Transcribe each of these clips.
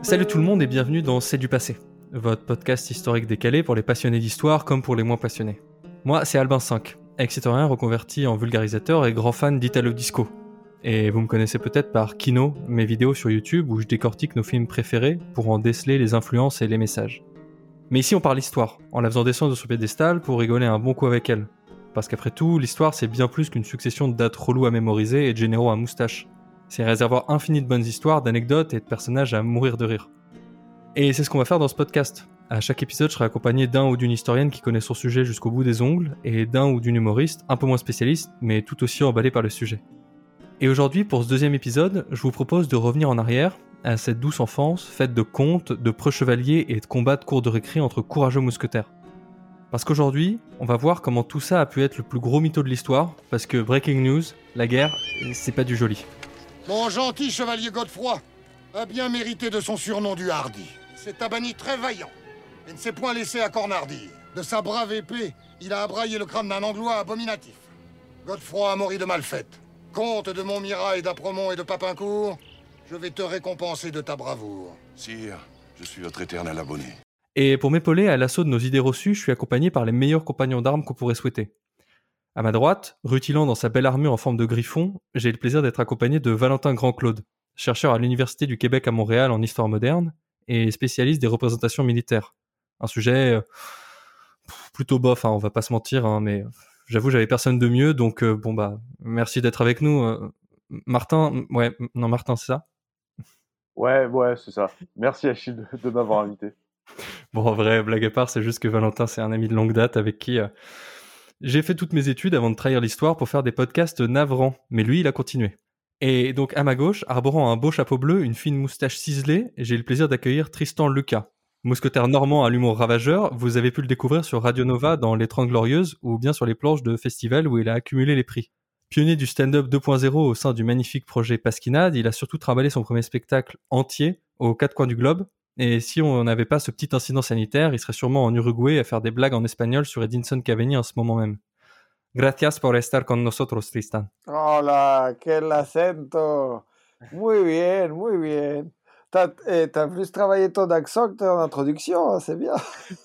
Salut tout le monde et bienvenue dans C'est du passé, votre podcast historique décalé pour les passionnés d'histoire comme pour les moins passionnés. Moi, c'est Albin 5, ex-historien reconverti en vulgarisateur et grand fan d'Italo Disco. Et vous me connaissez peut-être par Kino, mes vidéos sur YouTube où je décortique nos films préférés pour en déceler les influences et les messages. Mais ici on parle histoire, en la faisant descendre sur piédestal pour rigoler un bon coup avec elle. Parce qu'après tout, l'histoire c'est bien plus qu'une succession de dates reloues à mémoriser et de généraux à moustache. C'est un réservoir infini de bonnes histoires, d'anecdotes et de personnages à mourir de rire. Et c'est ce qu'on va faire dans ce podcast. À chaque épisode, je serai accompagné d'un ou d'une historienne qui connaît son sujet jusqu'au bout des ongles, et d'un ou d'une humoriste un peu moins spécialiste, mais tout aussi emballé par le sujet. Et aujourd'hui, pour ce deuxième épisode, je vous propose de revenir en arrière, à cette douce enfance, faite de contes, de preux chevaliers et de combats de cours de récré entre courageux mousquetaires. Parce qu'aujourd'hui, on va voir comment tout ça a pu être le plus gros mytho de l'histoire, parce que breaking news, la guerre, c'est pas du joli. Mon gentil chevalier Godefroy a bien mérité de son surnom du Hardi. C'est un banni très vaillant et ne s'est point laissé à cornardir. De sa brave épée, il a abraillé le crâne d'un Anglois abominatif. Godefroy a mouru de mal faite. Comte de Montmirail, d'Apremont et de Papincourt, je vais te récompenser de ta bravoure. Sire, je suis votre éternel abonné. Et pour m'épauler à l'assaut de nos idées reçues, je suis accompagné par les meilleurs compagnons d'armes qu'on pourrait souhaiter. À ma droite, rutilant dans sa belle armure en forme de griffon, j'ai le plaisir d'être accompagné de Valentin Grand-Claude, chercheur à l'Université du Québec à Montréal en histoire moderne et spécialiste des représentations militaires. Un sujet plutôt bof, on va pas se mentir, mais j'avoue j'avais personne de mieux, donc merci d'être avec nous. Martin, Martin, c'est ça ? Ouais, c'est ça. Merci Achille de m'avoir invité. Bon, en vrai, blague à part, c'est juste que Valentin, c'est un ami de longue date avec qui j'ai fait toutes mes études avant de trahir l'histoire pour faire des podcasts navrants, mais lui, il a continué. Et donc, à ma gauche, arborant un beau chapeau bleu, une fine moustache ciselée, j'ai le plaisir d'accueillir Tristan Lucas. Mousquetaire normand à l'humour ravageur, vous avez pu le découvrir sur Radio Nova dans Les 30 Glorieuses ou bien sur les planches de festival où il a accumulé les prix. Pionnier du stand-up 2.0 au sein du magnifique projet Pasquinade, il a surtout trimballé son premier spectacle entier aux quatre coins du globe. Et si on n'avait pas ce petit incident sanitaire, il serait sûrement en Uruguay à faire des blagues en espagnol sur Edinson Cavani en ce moment même. Gracias por estar con nosotros, Tristan. Hola, quel acento. Muy bien, muy bien. T'as plus travaillé ton accent que ton introduction, hein, c'est bien.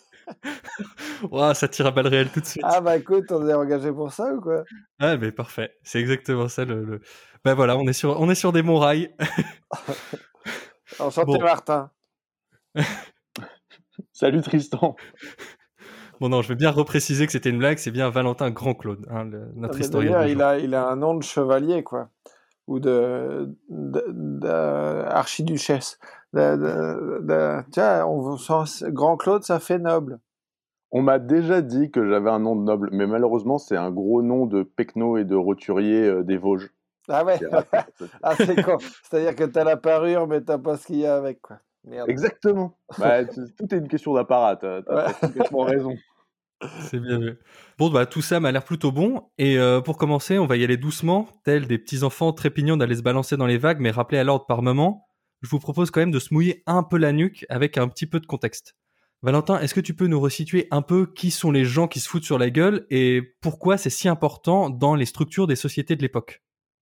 Wow, ça tire à balles réelles tout de suite. Ah bah écoute, on est engagé pour ça ou quoi? Ah mais parfait, c'est exactement ça le... Ben voilà, on est sur des bons rails. Enchanté Bon. Martin. Salut Tristan. Bon non, je vais bien repréciser que c'était une blague, c'est bien Valentin Grand-Claude, notre historien. Il a un nom de chevalier, quoi. Ou de archiduchesse. Tiens, on sent Grand-Claude, ça fait noble. On m'a déjà dit que j'avais un nom de noble, mais malheureusement c'est un gros nom de pecno et de roturier des Vosges. Ah ouais. Ah c'est con. C'est-à-dire que t'as la parure, mais t'as pas ce qu'il y a avec, quoi. Merde. Exactement. Tout est une question d'apparat, t'as complètement raison. C'est bien vu. Bon, tout ça m'a l'air plutôt bon. Et pour commencer, on va y aller doucement, tels des petits enfants trépignants d'aller se balancer dans les vagues, mais rappelés à l'ordre par moment. Je vous propose quand même de se mouiller un peu la nuque avec un petit peu de contexte. Valentin, est-ce que tu peux nous resituer un peu qui sont les gens qui se foutent sur la gueule et pourquoi c'est si important dans les structures des sociétés de l'époque ?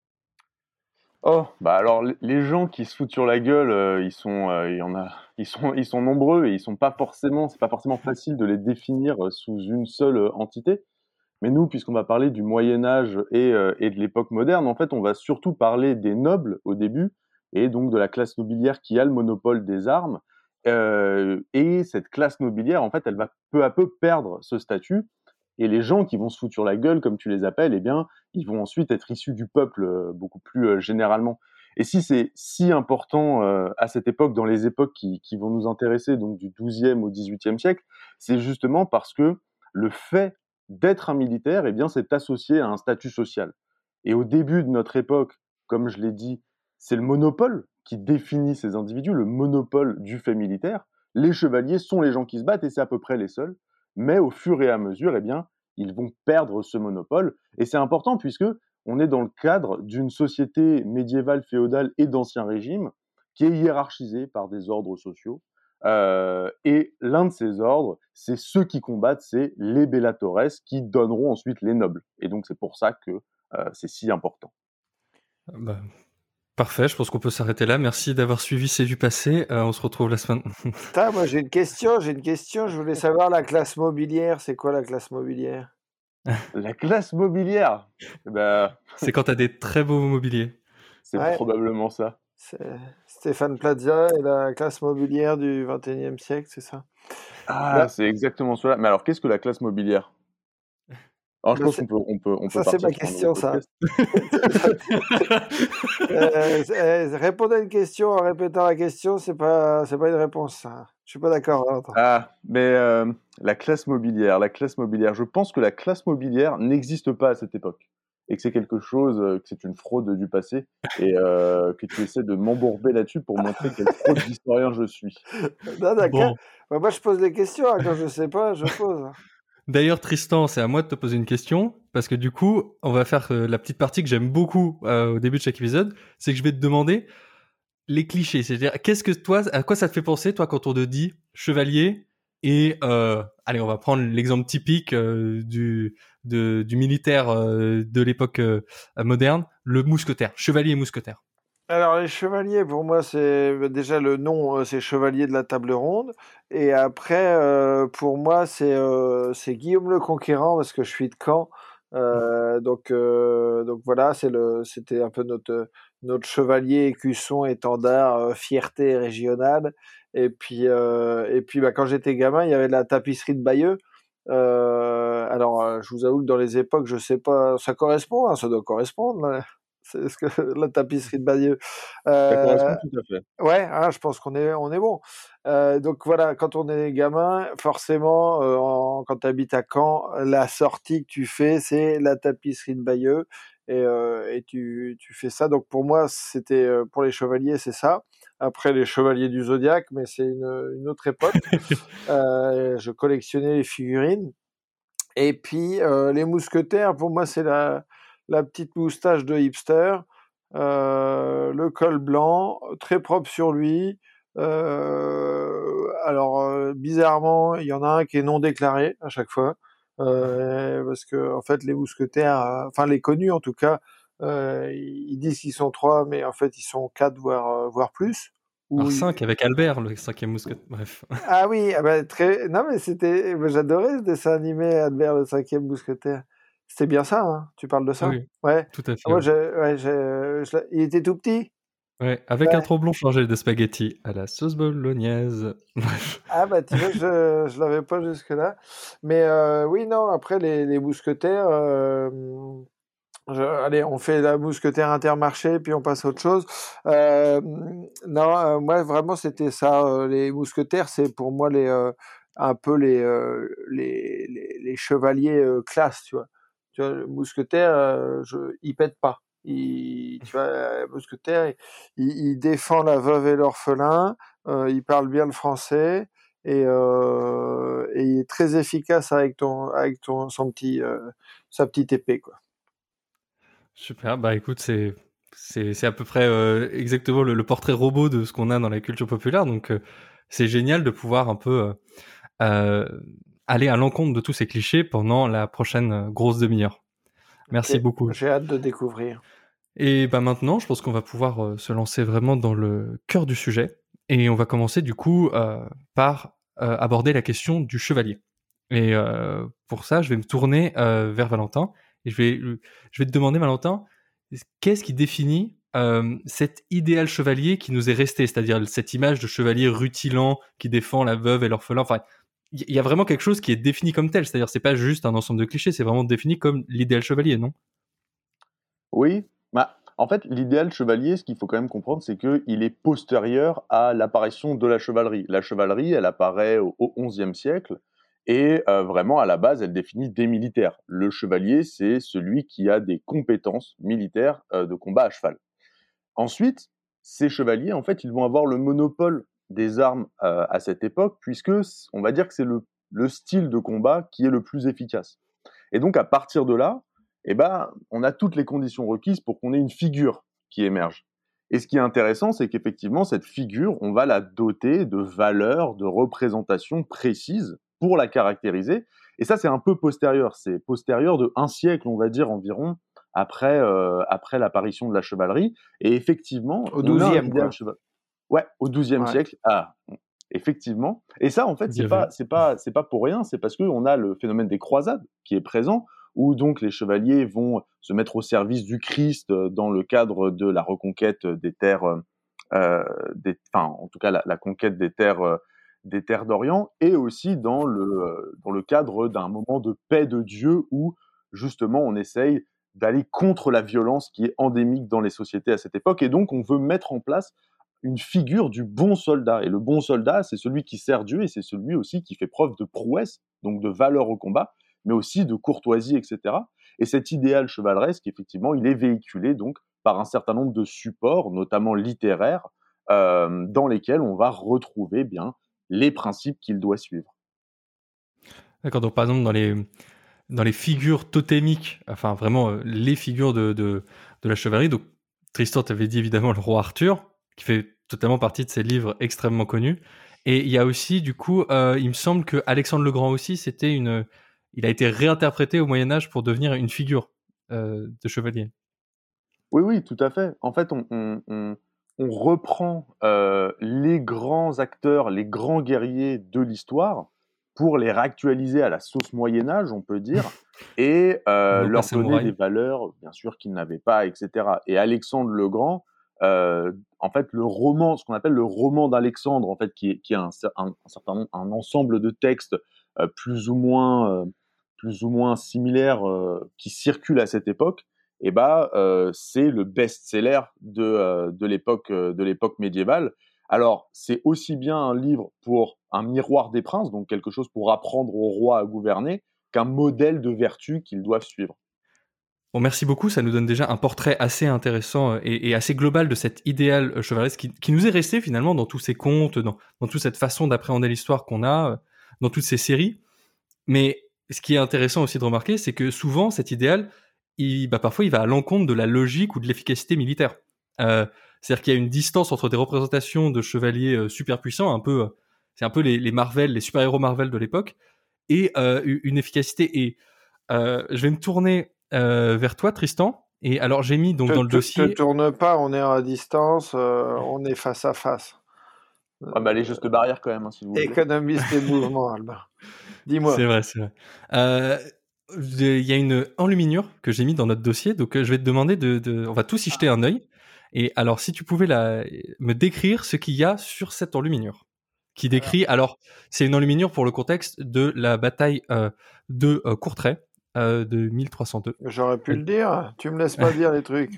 Alors les gens qui se foutent sur la gueule, ils sont nombreux et c'est pas forcément facile de les définir sous une seule entité. Mais nous, puisqu'on va parler du Moyen Âge et de l'époque moderne, en fait, on va surtout parler des nobles au début et donc de la classe nobiliaire qui a le monopole des armes. Et cette classe nobiliaire, en fait, elle va peu à peu perdre ce statut. Et les gens qui vont se foutre sur la gueule, comme tu les appelles, eh bien, ils vont ensuite être issus du peuple beaucoup plus généralement. Et si c'est si important à cette époque, dans les époques qui vont nous intéresser, donc du XIIe au XVIIIe siècle, c'est justement parce que le fait d'être un militaire, eh bien, c'est associé à un statut social. Et au début de notre époque, comme je l'ai dit, c'est le monopole qui définit ces individus, le monopole du fait militaire. Les chevaliers sont les gens qui se battent et c'est à peu près les seuls. Mais au fur et à mesure, eh bien, ils vont perdre ce monopole. Et c'est important puisque on est dans le cadre d'une société médiévale, féodale et d'ancien régime qui est hiérarchisée par des ordres sociaux. Et l'un de ces ordres, c'est ceux qui combattent, c'est les bellatores qui donneront ensuite les nobles. Et donc c'est pour ça que c'est si important. Parfait, je pense qu'on peut s'arrêter là. Merci d'avoir suivi C'est du passé. On se retrouve la semaine. Putain, moi j'ai une question. Je voulais savoir la classe mobilière. C'est quoi la classe mobilière? La classe mobilière, eh ben, C'est quand t'as des très beaux mobiliers. c'est Ouais, probablement ça. c'est Stéphane Plaza et la classe mobilière du 21e siècle, c'est ça? Ah, Bah, c'est exactement cela. Mais alors, qu'est-ce que la classe mobilière? Alors, je bah, pense qu'on peut ça, c'est partir ma sur un nouveau question, ça. podcast. Répondre à une question en répétant la question, c'est pas une réponse, ça. Je suis pas d'accord, Valentin. Ah, mais la classe mobilière, je pense que la classe mobilière n'existe pas à cette époque et que c'est quelque chose, que c'est une fraude du passé et que tu essaies de m'embourber là-dessus pour montrer quelle fraude d'historien je suis. Non, d'accord. Bon. Bah, moi, je pose des questions, hein. Quand je sais pas, je pose. D'ailleurs, Tristan, c'est à moi de te poser une question, parce que du coup, on va faire la petite partie que j'aime beaucoup au début de chaque épisode, c'est que je vais te demander les clichés. C'est-à-dire, à quoi ça te fait penser, toi, quand on te dit chevalier et, allez, on va prendre l'exemple typique du militaire de l'époque moderne, le mousquetaire, chevalier et mousquetaire. Alors, les chevaliers, pour moi, c'est déjà le nom, c'est chevalier de la table ronde. Et après, pour moi, c'est Guillaume le Conquérant, parce que je suis de Caen. Donc voilà, c'était un peu notre chevalier écusson, étendard, fierté régionale. Et puis bah, quand j'étais gamin, il y avait de la tapisserie de Bayeux. Alors, je vous avoue que dans les époques, je sais pas, ça correspond, hein, ça doit correspondre, là. C'est ce que la tapisserie de Bayeux. Ça Euh, correspond tout à fait. ouais, hein, je pense qu'on est bon. Donc voilà, quand on est gamin, forcément, quand tu habites à Caen, la sortie que tu fais, c'est la tapisserie de Bayeux, et tu fais ça. Donc pour moi, c'était pour les chevaliers, c'est ça. Après les chevaliers du Zodiaque, mais c'est une autre époque. Je collectionnais les figurines. Et puis les mousquetaires, pour moi, c'est la petite moustache de hipster, le col blanc, très propre sur lui. Alors bizarrement, il y en a un qui est non déclaré à chaque fois, parce que en fait les mousquetaires, enfin les connus en tout cas, ils disent qu'ils sont 3, mais en fait ils sont 4 voire plus. Alors Ou 5 avec Albert, le cinquième mousquetaire. Bref. Ah oui, ah bah, très. Non, mais j'adorais ce dessin animé, Albert le cinquième mousquetaire. C'était bien ça, hein? Tu parles de ça? Oui, Ouais. tout à fait. Moi, Ouais. il était tout petit? Ouais, avec Ouais. un trop blond chargé de spaghettis à la sauce bolognaise. Bref. Ah bah tu vois, je l'avais pas jusque-là. Mais oui, non, après les mousquetaires, allez, on fait la mousquetaire Intermarché, puis on passe à autre chose. Non, moi vraiment c'était ça. Les mousquetaires, c'est pour moi un peu les chevaliers classe, tu vois. Tu vois, le mousquetaire, il pète pas. Tu vois, le mousquetaire, il défend la veuve et l'orphelin. Il parle bien le français et il est très efficace avec sa petite épée, quoi. Super, bah écoute, c'est à peu près exactement le portrait robot de ce qu'on a dans la culture populaire, donc c'est génial de pouvoir un peu euh, aller à l'encontre de tous ces clichés pendant la prochaine grosse demi-heure. Ok, Merci beaucoup. j'ai hâte de découvrir. Et bah maintenant, je pense qu'on va pouvoir se lancer vraiment dans le cœur du sujet, et on va commencer du coup par aborder la question du chevalier. Et pour ça, je vais me tourner vers Valentin et je vais te demander, Valentin, qu'est-ce qui définit cet idéal chevalier qui nous est resté, c'est-à-dire cette image de chevalier rutilant qui défend la veuve et l'orphelin. Enfin, il y a vraiment quelque chose qui est défini comme tel, c'est-à-dire c'est pas juste un ensemble de clichés, c'est vraiment défini comme l'idéal chevalier, non? Oui, bah, en fait, l'idéal chevalier, ce qu'il faut quand même comprendre, c'est qu'il est postérieur à l'apparition de la chevalerie. La chevalerie, elle apparaît au XIe siècle, et vraiment, à la base, elle définit des militaires. Le chevalier, c'est celui qui a des compétences militaires de combat à cheval. Ensuite, ces chevaliers, en fait, ils vont avoir le monopole des armes à cette époque, puisque on va dire que c'est le style de combat qui est le plus efficace. Et donc, à partir de là, eh ben, on a toutes les conditions requises pour qu'on ait une figure qui émerge. Et ce qui est intéressant, c'est qu'effectivement, cette figure, on va la doter de valeurs, de représentations précises pour la caractériser. Et ça, c'est un peu postérieur. C'est postérieur de un siècle, on va dire, environ, après l'apparition de la chevalerie. Et effectivement, Au on a un 12e, idéal quoi. Ouais, au XIIe Ouais. siècle. Ah, effectivement. Et ça, en fait, Bien vu. c'est pas pour rien. C'est parce qu'on a le phénomène des croisades qui est présent, où donc les chevaliers vont se mettre au service du Christ dans le cadre de la reconquête des terres, enfin, en tout cas, la conquête des terres d'Orient, et aussi dans le cadre d'un moment de paix de Dieu où, justement, on essaye d'aller contre la violence qui est endémique dans les sociétés à cette époque. Et donc, on veut mettre en place une figure du bon soldat. Et le bon soldat, c'est celui qui sert Dieu et c'est celui aussi qui fait preuve de prouesse, donc de valeur au combat, mais aussi de courtoisie, etc. Et cet idéal chevaleresque, effectivement, il est véhiculé donc par un certain nombre de supports, notamment littéraires, dans lesquels on va retrouver bien les principes qu'il doit suivre. D'accord, donc par exemple dans les figures totémiques, enfin vraiment les figures de la chevalerie, donc Tristan t'avait dit évidemment le roi Arthur, qui fait totalement partie de ces livres extrêmement connus, et il y a aussi du coup, il me semble que Alexandre le Grand aussi, il a été réinterprété au Moyen-Âge pour devenir une figure de chevalier. Oui, oui, tout à fait. En fait, on reprend les grands acteurs, les grands guerriers de l'histoire pour les réactualiser à la sauce Moyen-Âge, on peut dire, et Non pas leur donner des samouraï. valeurs, bien sûr, qu'ils n'avaient pas, etc. Et Alexandre le Grand, en fait, le roman, ce qu'on appelle le roman d'Alexandre, en fait, qui est un certain nombre, un ensemble de textes euh, plus ou moins, euh, plus ou moins similaires qui circulent à cette époque, et c'est le best-seller de l'époque médiévale. Alors, c'est aussi bien un livre pour un miroir des princes, donc quelque chose pour apprendre au roi à gouverner, qu'un modèle de vertu qu'ils doivent suivre. Bon, merci beaucoup, ça nous donne déjà un portrait assez intéressant et assez global de cet idéal chevaleresque qui nous est resté finalement dans tous ces contes, dans toute cette façon d'appréhender l'histoire qu'on a, dans toutes ces séries. Mais ce qui est intéressant aussi de remarquer, c'est que souvent cet idéal, parfois il va à l'encontre de la logique ou de l'efficacité militaire. C'est-à-dire qu'il y a une distance entre des représentations de chevaliers super puissants, c'est un peu les Marvel, les super-héros Marvel de l'époque, et une efficacité. Et je vais me tourner vers toi, Tristan. Et alors j'ai mis donc dans le Te dossier. tourne pas, on est à distance, on est face à face. Ouais, les gestes barrières quand même, hein, s'il vous plaît. Économise tes mouvements, Albin. Dis-moi. C'est vrai, c'est vrai. Il y a une enluminure que j'ai mis dans notre dossier, donc je vais te demander on va tous y jeter un œil. Et alors, si tu pouvais me décrire ce qu'il y a sur cette enluminure, qui décrit. Alors, c'est une enluminure pour le contexte de la bataille de Courtrai de 1302. J'aurais pu le dire. Tu me laisses pas dire les trucs.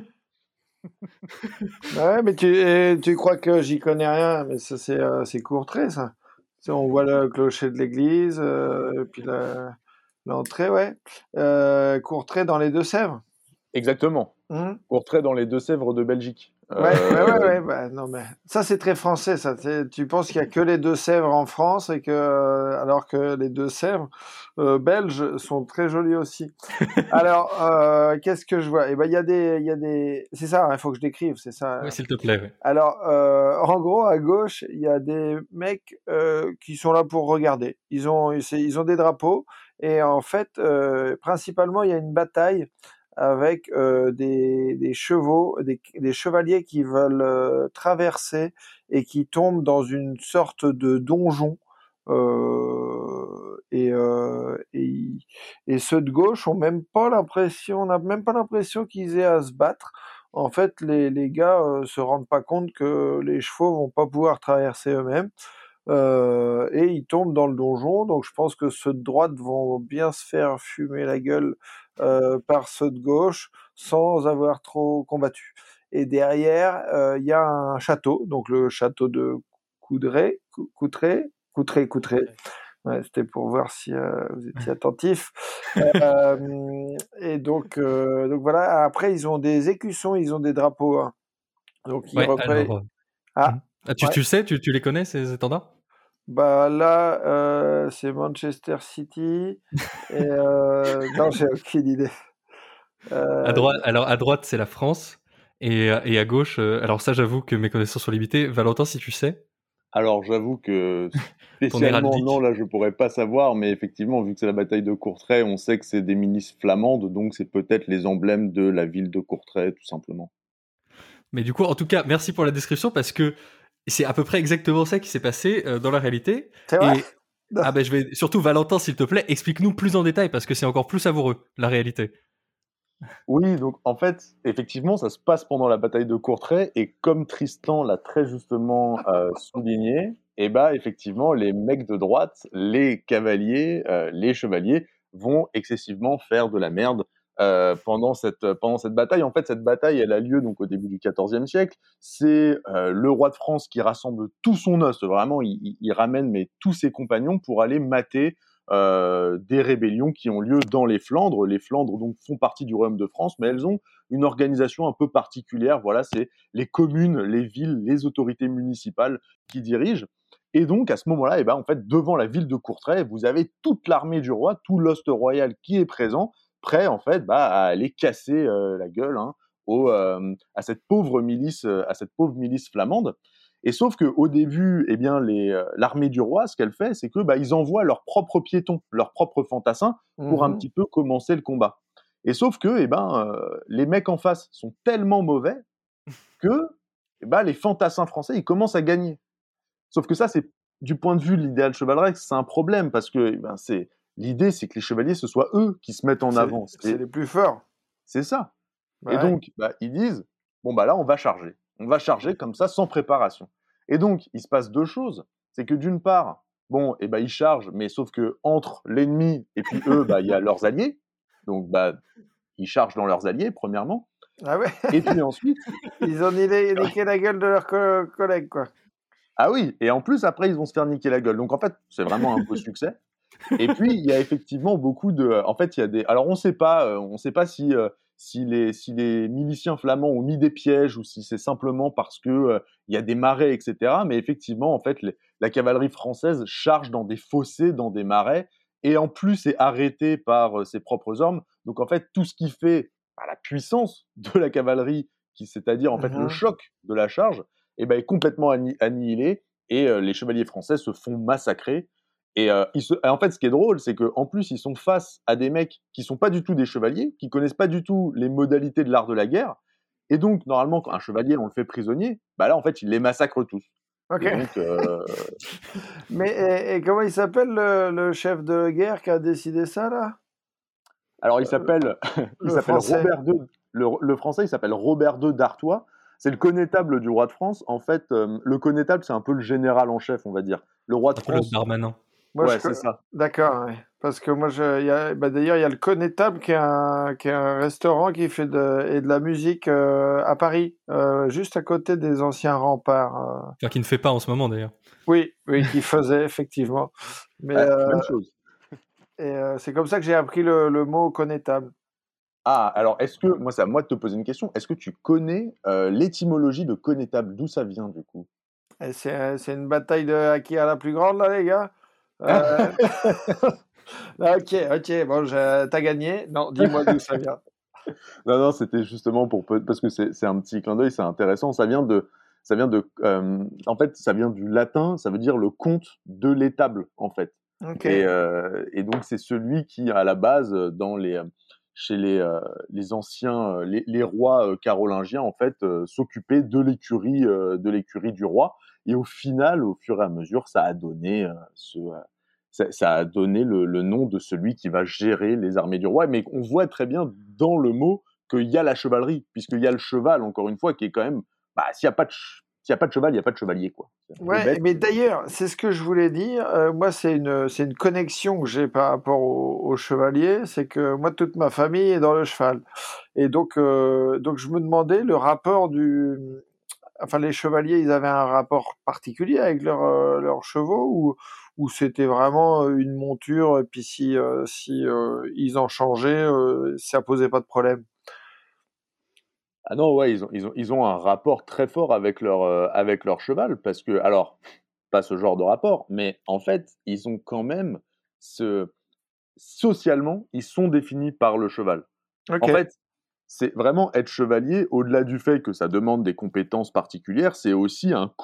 Ouais, mais tu crois que j'y connais rien, mais ça c'est Courtrai, ça. On voit le clocher de l'église, puis l'entrée, ouais. Courtrai dans les Deux-Sèvres. Exactement. Courtrai dans les Deux-Sèvres de Belgique. Ouais. Non, mais ça c'est très français, ça. Tu penses qu'il y a que les Deux-Sèvres en France et alors que les Deux-Sèvres belges sont très jolies aussi. Alors, qu'est-ce que je vois? Il y a des, c'est ça, il faut que je décrive, c'est ça. Oui, s'il te plaît. Ouais. Alors, en gros, à gauche, il y a des mecs qui sont là pour regarder. Ils ont des drapeaux et en fait, principalement, il y a une bataille avec des chevaux, des chevaliers qui veulent traverser et qui tombent dans une sorte de donjon. Et ceux de gauche on n'a même pas l'impression qu'ils aient à se battre. En fait, les gars se rendent pas compte que les chevaux vont pas pouvoir traverser eux-mêmes. Et ils tombent dans le donjon, donc je pense que ceux de droite vont bien se faire fumer la gueule par ceux de gauche sans avoir trop combattu. Et derrière, il y a un château, donc le château de Coudray. Ouais, c'était pour voir si vous étiez attentif. Et donc voilà. Après, ils ont des écussons, ils ont des drapeaux. Hein. Donc ils représentent. Tu sais, tu les connais ces étendards? Bah là, c'est Manchester City. Et non, j'ai aucune idée. À droite, c'est la France. Et à gauche, alors ça, j'avoue que mes connaissances sont limitées. Valentin, si tu sais. Alors j'avoue que Ton spécialement héraldique. non, là je pourrais pas savoir, mais effectivement vu que c'est la bataille de Courtrai, on sait que c'est des milices flamandes, donc c'est peut-être les emblèmes de la ville de Courtrai tout simplement. Mais du coup, en tout cas, merci pour la description parce que c'est à peu près exactement ça qui s'est passé dans la réalité. C'est vrai? Et je vais surtout Valentin, s'il te plaît, explique-nous plus en détail parce que c'est encore plus savoureux la réalité. Oui, donc en fait, effectivement, ça se passe pendant la bataille de Courtrai, et comme Tristan l'a très justement souligné, et bah effectivement, les mecs de droite, les cavaliers, les chevaliers, vont excessivement faire de la merde pendant cette bataille. En fait, cette bataille, elle a lieu donc au début du XIVe siècle. C'est le roi de France qui rassemble tout son os, vraiment, il ramène mais tous ses compagnons pour aller mater des rébellions qui ont lieu dans les Flandres. Les Flandres donc font partie du royaume de France, mais elles ont une organisation un peu particulière. Voilà, c'est les communes, les villes, les autorités municipales qui dirigent. Et donc à ce moment-là, en fait, devant la ville de Courtrai, vous avez toute l'armée du roi, tout l'host royal qui est présent, prêt en fait à aller casser la gueule à cette pauvre milice flamande. Et sauf qu'au début, l'armée du roi, ce qu'elle fait, c'est que ils envoient leurs propres piétons, leurs propres fantassins, pour un petit peu commencer le combat. Et sauf que les mecs en face sont tellement mauvais que les fantassins français, ils commencent à gagner. Sauf que ça, c'est du point de vue de l'idéal chevaleresque, c'est un problème parce que l'idée, c'est que les chevaliers, ce soit eux qui se mettent en avant. C'est les plus forts. C'est ça. Ouais. Et donc, ils disent, bon, là, on va charger. On va charger comme ça, sans préparation. Et donc, il se passe deux choses. C'est que d'une part, ils chargent, mais sauf que entre l'ennemi et puis eux, il y a leurs alliés. Donc, ils chargent dans leurs alliés, premièrement. Ah ouais. Et puis ensuite... Ils ont niqué la gueule de leurs collègues, quoi. Ah oui, et en plus, après, ils vont se faire niquer la gueule. Donc, en fait, c'est vraiment un beau succès. Et puis, il y a effectivement beaucoup de... En fait, il y a des... Alors, on sait pas si les miliciens flamands ont mis des pièges ou si c'est simplement parce que il y a des marais, etc. Mais effectivement, en fait, la cavalerie française charge dans des fossés, dans des marais, et en plus est arrêtée par ses propres hommes. Donc, en fait, tout ce qui fait la puissance de la cavalerie, c'est-à-dire en fait le choc de la charge, est complètement annihilé, et les chevaliers français se font massacrer. Et en fait, ce qui est drôle, c'est qu'en plus, ils sont face à des mecs qui sont pas du tout des chevaliers, qui connaissent pas du tout les modalités de l'art de la guerre. Et donc, normalement, quand un chevalier, on le fait prisonnier, là, en fait, il les massacre tous. Ok. Et donc, Mais et comment il s'appelle le chef de guerre qui a décidé ça, là? Alors, il s'appelle français. Robert II. Le français, il s'appelle Robert II d'Artois. C'est le connétable du roi de France. En fait, le connétable, c'est un peu le général en chef, on va dire. Le roi de France. Le Darmanin. Ouais, c'est ça. D'accord, ouais. Parce que moi, d'ailleurs, il y a le Connétable qui est un restaurant qui fait de la musique à Paris, juste à côté des anciens remparts. Enfin, qui ne fait pas en ce moment d'ailleurs. Oui, qui faisait effectivement. Mais même chose. et c'est comme ça que j'ai appris le mot Connétable. Ah, alors moi c'est à moi de te poser une question. Est-ce que tu connais l'étymologie de connétable? D'où ça vient du coup? Et c'est une bataille à qui a la plus grande, là, les gars? Ok, bon, t'as gagné. Non, dis-moi d'où ça vient. Non, c'était justement parce que c'est un petit clin d'œil, c'est intéressant. En fait, ça vient du latin, ça veut dire le comte de l'étable, en fait. Okay. Et donc, c'est celui qui, à la base, chez les anciens, les rois carolingiens, en fait, s'occupait de l'écurie du roi. Et au final, au fur et à mesure, ça a donné ça a donné le nom de celui qui va gérer les armées du roi. Mais on voit très bien dans le mot qu'il y a la chevalerie, puisqu'il y a le cheval, encore une fois, qui est quand même... s'il n'y a pas de cheval, il n'y a pas de chevalier, quoi. Ouais, mais d'ailleurs, c'est ce que je voulais dire. Moi, c'est une connexion que j'ai par rapport au chevalier. C'est que moi, toute ma famille est dans le cheval. Et donc je me demandais le rapport Enfin, les chevaliers, ils avaient un rapport particulier avec leurs chevaux, ou c'était vraiment une monture, et puis si ils en changeaient, ça posait pas de problème. Ah non, ouais, ils ont un rapport très fort avec leur cheval, parce que, alors, pas ce genre de rapport, mais en fait, ils ont quand même socialement, ils sont définis par le cheval. Okay. En fait, c'est vraiment être chevalier, au-delà du fait que ça demande des compétences particulières, c'est aussi un coup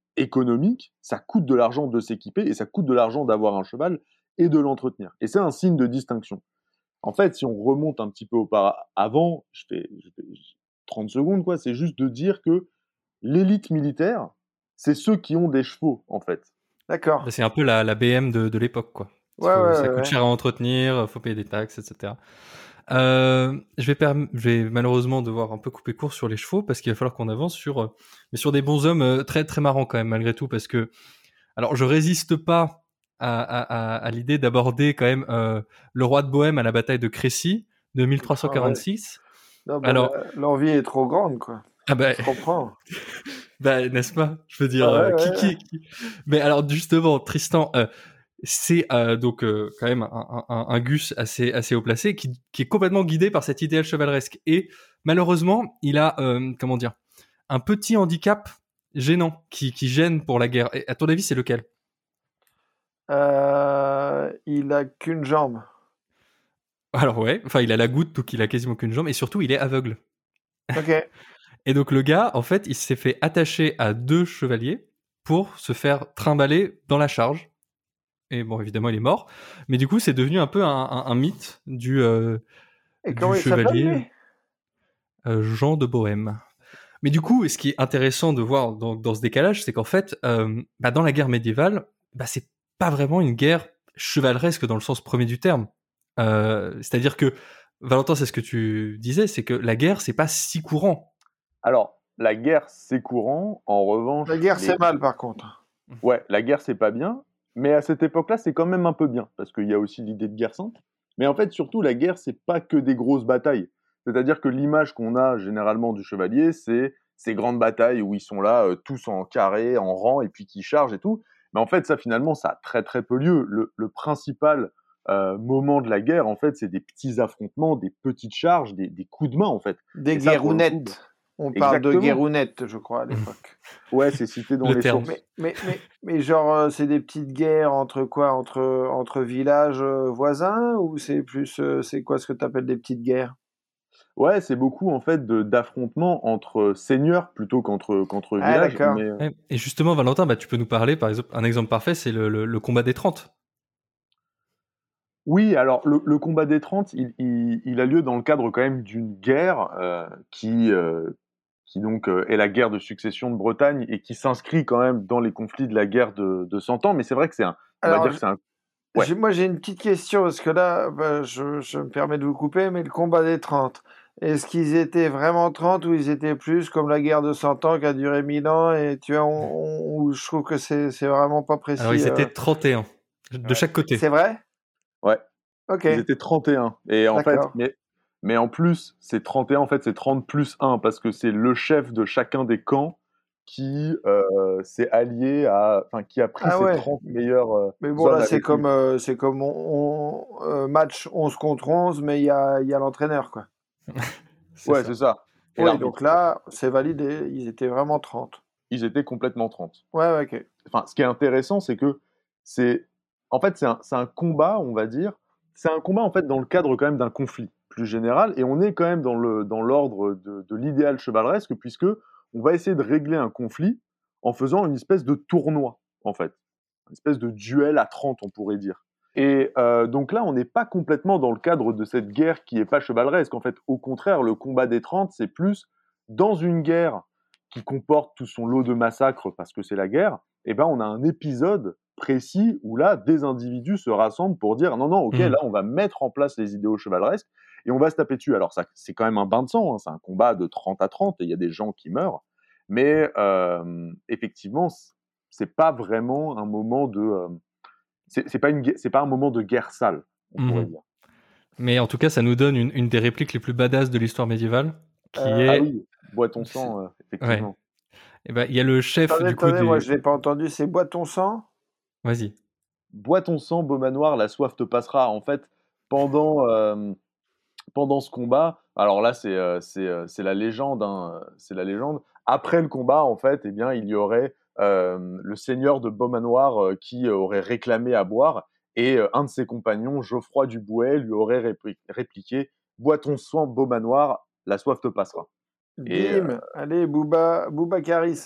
économique, ça coûte de l'argent de s'équiper et ça coûte de l'argent d'avoir un cheval et de l'entretenir. Et c'est un signe de distinction. En fait, si on remonte un petit peu avant, je fais 30 secondes, quoi, c'est juste de dire que l'élite militaire, c'est ceux qui ont des chevaux, en fait. D'accord. C'est un peu la BM de l'époque, quoi. Ça coûte cher à entretenir, faut payer des taxes, etc. Je vais malheureusement devoir un peu couper court sur les chevaux parce qu'il va falloir qu'on avance mais sur des bons hommes très très marrants quand même malgré tout, parce que alors je résiste pas à l'idée d'aborder quand même le roi de Bohême à la bataille de Crécy de 1346. Non, alors l'envie est trop grande, quoi. Je comprends. N'est-ce pas? Je veux dire, qui... Mais alors justement, Tristan, c'est donc quand même un Gus assez haut placé qui est complètement guidé par cet idéal chevaleresque. Et malheureusement, il a un petit handicap gênant qui gêne pour la guerre. Et à ton avis, c'est lequel? Il a qu'une jambe. Alors il a la goutte, donc il a quasiment qu'une jambe, et surtout il est aveugle. Ok. Et donc le gars, en fait, il s'est fait attacher à 2 chevaliers pour se faire trimballer dans la charge. Et bon, évidemment, il est mort. Mais du coup, c'est devenu un peu un mythe du chevalier Jean de Bohême. Mais du coup, ce qui est intéressant de voir dans ce décalage, c'est qu'en fait, dans la guerre médiévale, c'est pas vraiment une guerre chevaleresque dans le sens premier du terme. C'est-à-dire que, Valentin, c'est ce que tu disais, c'est que la guerre, c'est pas si courant. Alors, la guerre, c'est courant. En revanche... La guerre, c'est mal, par contre. Ouais, la guerre, c'est pas bien. Mais à cette époque-là, c'est quand même un peu bien, parce qu'il y a aussi l'idée de guerre sainte. Mais en fait, surtout, la guerre, c'est pas que des grosses batailles. C'est-à-dire que l'image qu'on a généralement du chevalier, c'est ces grandes batailles où ils sont là, tous en carré, en rang, et puis qui chargent et tout. Mais en fait, ça, finalement, ça a très très peu lieu. Le principal moment de la guerre, en fait, c'est des petits affrontements, des petites charges, des coups de main, en fait. Des guerrounettes. On parle de guerrounettes, je crois, à l'époque. Ouais, c'est cité dans les sources. Mais genre, c'est des petites guerres entre quoi? Entre villages voisins? Ou c'est plus... c'est quoi ce que tu appelles des petites guerres? Ouais, c'est beaucoup en fait d'affrontements entre seigneurs plutôt qu'entre villages. Mais... Et justement, Valentin, tu peux nous parler, par exemple, un exemple parfait, c'est le combat des 30. Oui, alors le combat des 30, il a lieu dans le cadre quand même d'une guerre qui donc est la guerre de succession de Bretagne et qui s'inscrit quand même dans les conflits de la guerre de 100 ans. Mais c'est vrai que c'est un... Ouais. Moi, j'ai une petite question, parce que là, je me permets de vous couper, mais le combat des 30, est-ce qu'ils étaient vraiment 30 ou ils étaient plus, comme la guerre de 100 ans qui a duré 1000 ans, et tu vois, je trouve que c'est vraiment pas précis. Alors, ils étaient 31, de chaque côté. C'est vrai? Ouais. Ok. Ils étaient 31. Et en fait, mais en plus, c'est 31, en fait, c'est 30 plus 1, parce que c'est le chef de chacun des camps qui s'est allié qui a pris ses 30 meilleurs mais bon, là, c'est comme match 11 contre 11, mais il y a l'entraîneur, quoi. C'est ça. Et donc là, c'est validé, ils étaient vraiment 30. Ils étaient complètement 30. Ouais, ok. Enfin, ce qui est intéressant, c'est que c'est un combat, on va dire, c'est un combat, en fait, dans le cadre quand même d'un conflit plus général, et on est quand même dans l'ordre de l'idéal chevaleresque, puisque on va essayer de régler un conflit en faisant une espèce de tournoi, en fait. Une espèce de duel à 30, on pourrait dire. Et donc là, on n'est pas complètement dans le cadre de cette guerre qui n'est pas chevaleresque. En fait, au contraire, le combat des 30, c'est plus dans une guerre qui comporte tout son lot de massacres, parce que c'est la guerre, et ben on a un épisode précis où là, des individus se rassemblent pour dire non, ok, là, on va mettre en place les idéaux chevaleresques, et on va se taper dessus. Alors, ça, c'est quand même un bain de sang, hein, c'est un combat de 30 à 30, et il y a des gens qui meurent. Mais effectivement, c'est pas vraiment un moment de... c'est pas un moment de guerre sale, on pourrait dire. Mais en tout cas, ça nous donne une des répliques les plus badass de l'histoire médiévale, qui est... Ah oui, bois ton sang, effectivement. Ouais. Et il y a le chef du coup moi, je l'ai pas entendu, c'est bois ton sang? Vas-y. Bois ton sang, Beaumanoir, la soif te passera. En fait, pendant ce combat, alors là, c'est la légende, hein, c'est la légende. Après le combat, en fait, eh bien, il y aurait le seigneur de Beaumanoir qui aurait réclamé à boire, et un de ses compagnons, Geoffroy du Bouet, lui aurait répliqué « Bois ton sang, Beaumanoir, la soif te passera ». Bim, allez, Bouba Caris.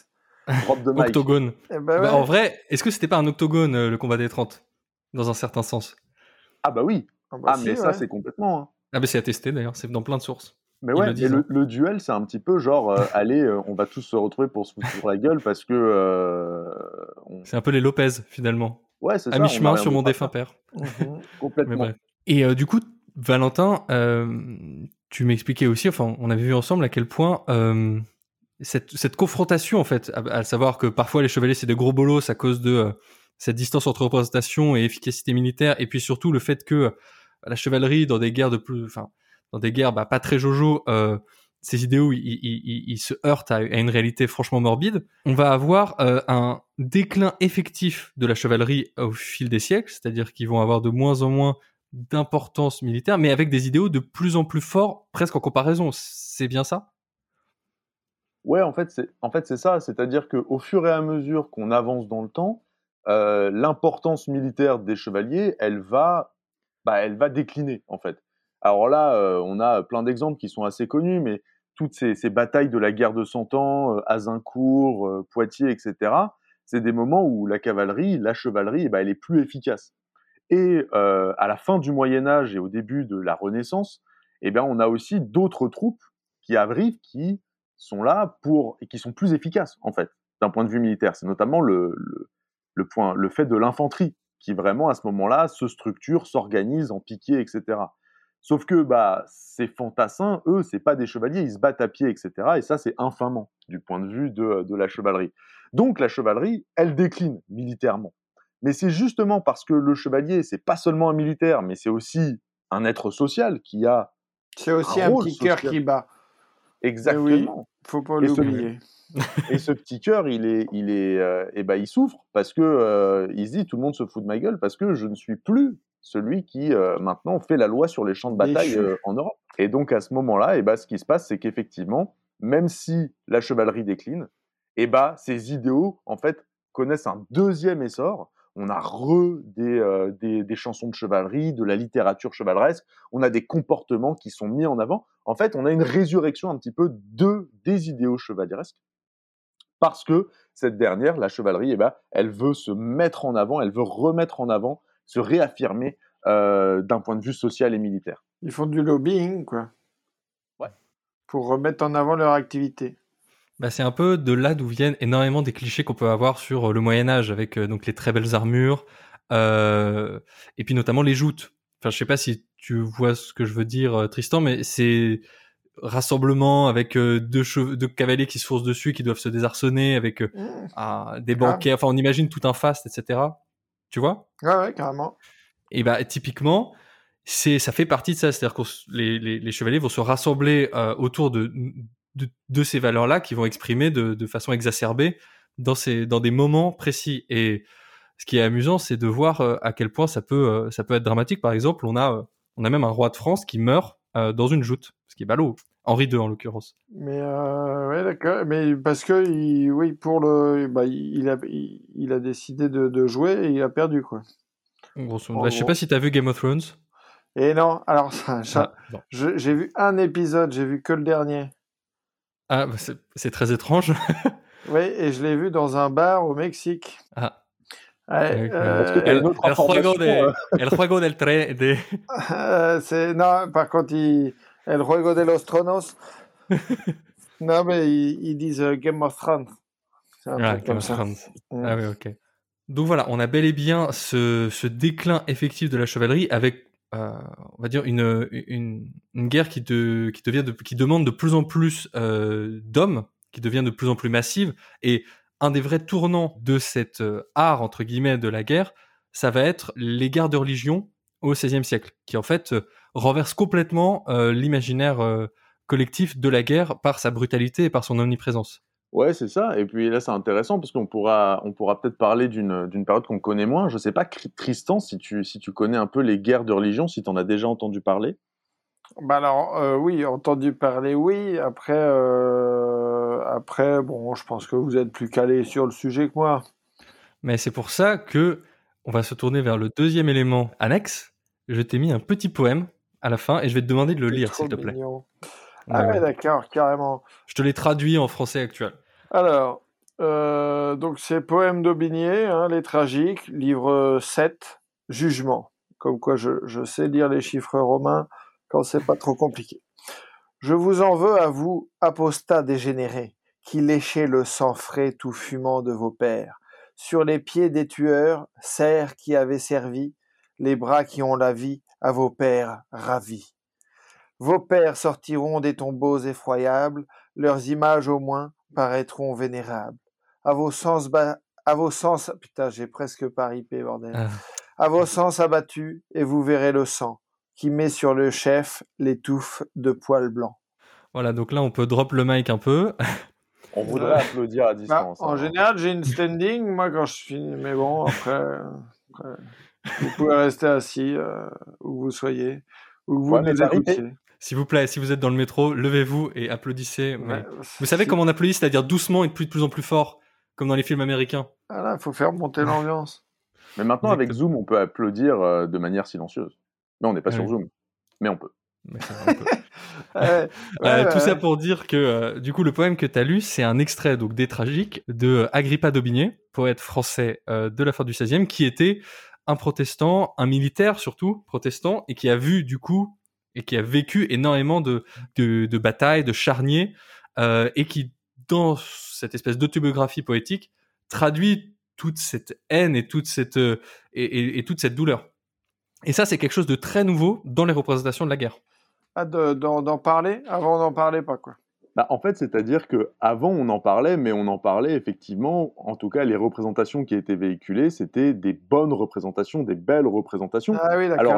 Drop de mic. Octogone. Eh ben ouais. En vrai, est-ce que c'était pas un octogone, le combat des 30 dans un certain sens? Ah bah oui. Ah bah si, mais ça, ouais. c'est complètement. Hein. Ah bah c'est attesté d'ailleurs, c'est dans plein de sources. Mais Ils ouais, le mais disent, hein. le duel, c'est un petit peu genre, allez, on va tous se retrouver pour se foutre sur la gueule parce que. C'est un peu les Lopez finalement. Ouais, c'est À ça. on a mi-chemin rien sur mon d'autre à défunt faire. père. Mais Complètement. bref. Et du coup, Valentin, tu m'expliquais aussi, enfin, on avait vu ensemble à quel point cette confrontation, en fait, à savoir que parfois les chevaliers c'est des gros bolos à cause de cette distance entre représentation et efficacité militaire, et puis surtout le fait que la chevalerie dans des guerres dans des guerres pas très jojo, ces idéaux ils se heurtent à une réalité franchement morbide. On va avoir un déclin effectif de la chevalerie au fil des siècles, c'est-à-dire qu'ils vont avoir de moins en moins d'importance militaire, mais avec des idéaux de plus en plus forts, presque en comparaison. C'est bien ça? Ouais, en fait, c'est ça. C'est-à-dire qu'au fur et à mesure qu'on avance dans le temps, l'importance militaire des chevaliers, elle va décliner, en fait. Alors là, on a plein d'exemples qui sont assez connus, mais toutes ces batailles de la guerre de Cent Ans, Azincourt, Poitiers, etc., c'est des moments où la cavalerie, la chevalerie, elle est plus efficace. Et à la fin du Moyen-Âge et au début de la Renaissance, on a aussi d'autres troupes qui arrivent, qui sont là et qui sont plus efficaces, en fait, d'un point de vue militaire. C'est notamment le fait de l'infanterie, qui vraiment, à ce moment-là, se structure, s'organise en piquet, etc. Sauf que ces fantassins, eux, c'est pas des chevaliers, ils se battent à pied, etc. Et ça, c'est infamant du point de vue de la chevalerie. Donc la chevalerie, elle décline militairement. Mais c'est justement parce que le chevalier, c'est pas seulement un militaire, mais c'est aussi un être social qui a C'est aussi un un rôle petit cœur social. qui bat. Exactement. Oui, faut pas l'oublier. Et ce petit cœur, il souffre parce que il se dit tout le monde se fout de ma gueule parce que je ne suis plus celui qui maintenant fait la loi sur les champs de bataille en Europe. Et donc à ce moment-là, ce qui se passe, c'est qu'effectivement, même si la chevalerie décline, ces idéaux en fait connaissent un deuxième essor. On a des chansons de chevalerie, de la littérature chevaleresque, on a des comportements qui sont mis en avant. En fait, on a une résurrection un petit peu des idéaux chevaleresques. Parce que cette dernière, la chevalerie, elle veut se mettre en avant, elle veut remettre en avant, se réaffirmer d'un point de vue social et militaire. Ils font du lobbying, quoi. Ouais. Pour remettre en avant leur activité. C'est un peu de là d'où viennent énormément des clichés qu'on peut avoir sur le Moyen-Âge, avec donc les très belles armures, et puis notamment les joutes. Enfin, je sais pas si tu vois ce que je veux dire, Tristan, mais c'est rassemblement avec deux cavaliers qui se foncent dessus, qui doivent se désarçonner avec des banquets. Enfin, on imagine tout un faste, etc. Tu vois? Ouais, carrément. Et typiquement, ça fait partie de ça. C'est-à-dire que les chevaliers vont se rassembler autour de ces valeurs-là qui vont exprimer de façon exacerbée dans des moments précis. Et ce qui est amusant, c'est de voir à quel point ça peut être dramatique. Par exemple, on a même un roi de France qui meurt dans une joute, ce qui est ballot. Henri II en l'occurrence. Mais ouais, d'accord. Mais parce que il a décidé de jouer et il a perdu, quoi. Grosso modo. Je sais pas si t'as vu Game of Thrones. Et non, alors j'ai vu un épisode, j'ai vu que le dernier. Ah, c'est très étrange. Oui, et je l'ai vu dans un bar au Mexique. Ah. Ouais, est-ce que tu as une autre information El juego del non, par contre, El juego de los tronos. Non, mais ils disent Game of Thrones. C'est un truc comme ça. Ah oui, ok. Donc voilà, on a bel et bien ce déclin effectif de la chevalerie avec, on va dire, une guerre qui demande de plus en plus d'hommes, qui devient de plus en plus massive. Et un des vrais tournants de cet art, entre guillemets, de la guerre, ça va être les guerres de religion au XVIe siècle, qui en fait renverse complètement l'imaginaire collectif de la guerre par sa brutalité et par son omniprésence. Ouais, c'est ça. Et puis là, c'est intéressant parce qu'on pourra peut-être parler d'une période qu'on connaît moins. Je sais pas, Tristan, si tu connais un peu les guerres de religion, si tu en as déjà entendu parler. Alors, oui, entendu parler, oui. Après, bon, je pense que vous êtes plus calé sur le sujet que moi. Mais c'est pour ça que on va se tourner vers le deuxième élément annexe. Je t'ai mis un petit poème à la fin et je vais te demander de le lire, s'il te plaît. Ah ouais, d'accord, carrément. Je te l'ai traduit en français actuel. Alors, Donc c'est Poème d'Aubigné, hein, Les Tragiques, livre 7, Jugement. Comme quoi je sais lire les chiffres romains quand c'est pas trop compliqué. Je vous en veux à vous, apostats dégénérés, qui léchez le sang frais tout fumant de vos pères, sur les pieds des tueurs, serfs qui avaient servi, les bras qui ont la vie à vos pères ravis. Vos pères sortiront des tombeaux effroyables, leurs images au moins paraîtront vénérables. À vos sens, putain, j'ai presque pas ripé, bordel. Ah. À vos sens abattus, et vous verrez le sang qui met sur le chef les touffes de poils blancs. Voilà, donc là, on peut drop le mic un peu. On voudrait applaudir à distance. En général, j'ai une standing, moi, quand je finis. Mais bon, après vous pouvez rester assis où vous soyez, où vous nous écoutiez. S'il vous plaît, si vous êtes dans le métro, levez-vous et applaudissez. Mais... Ouais, vous savez comment on applaudit, c'est-à-dire doucement et de plus en plus fort, comme dans les films américains. Ah là, il faut faire monter l'ambiance. Mais maintenant, avec Zoom, on peut applaudir de manière silencieuse. Mais on n'est pas sur Zoom. Mais on peut. Mais ça, on peut. Tout ça pour dire que du coup le poème que tu as lu, c'est un extrait donc des Tragiques de Agrippa d'Aubigné, poète français de la fin du XVIe, qui était un protestant, un militaire surtout protestant, et qui a vu du coup et qui a vécu énormément de batailles, de charniers, et qui dans cette espèce d'autobiographie poétique traduit toute cette haine et toute cette et toute cette douleur. Et ça, c'est quelque chose de très nouveau dans les représentations de la guerre. Ah, d'en parler? Avant, on n'en parlait pas, quoi. Bah, en fait, c'est-à-dire qu'avant, on en parlait, mais on en parlait effectivement, en tout cas, les représentations qui étaient véhiculées, c'était des bonnes représentations, des belles représentations. Ah oui, d'accord. Alors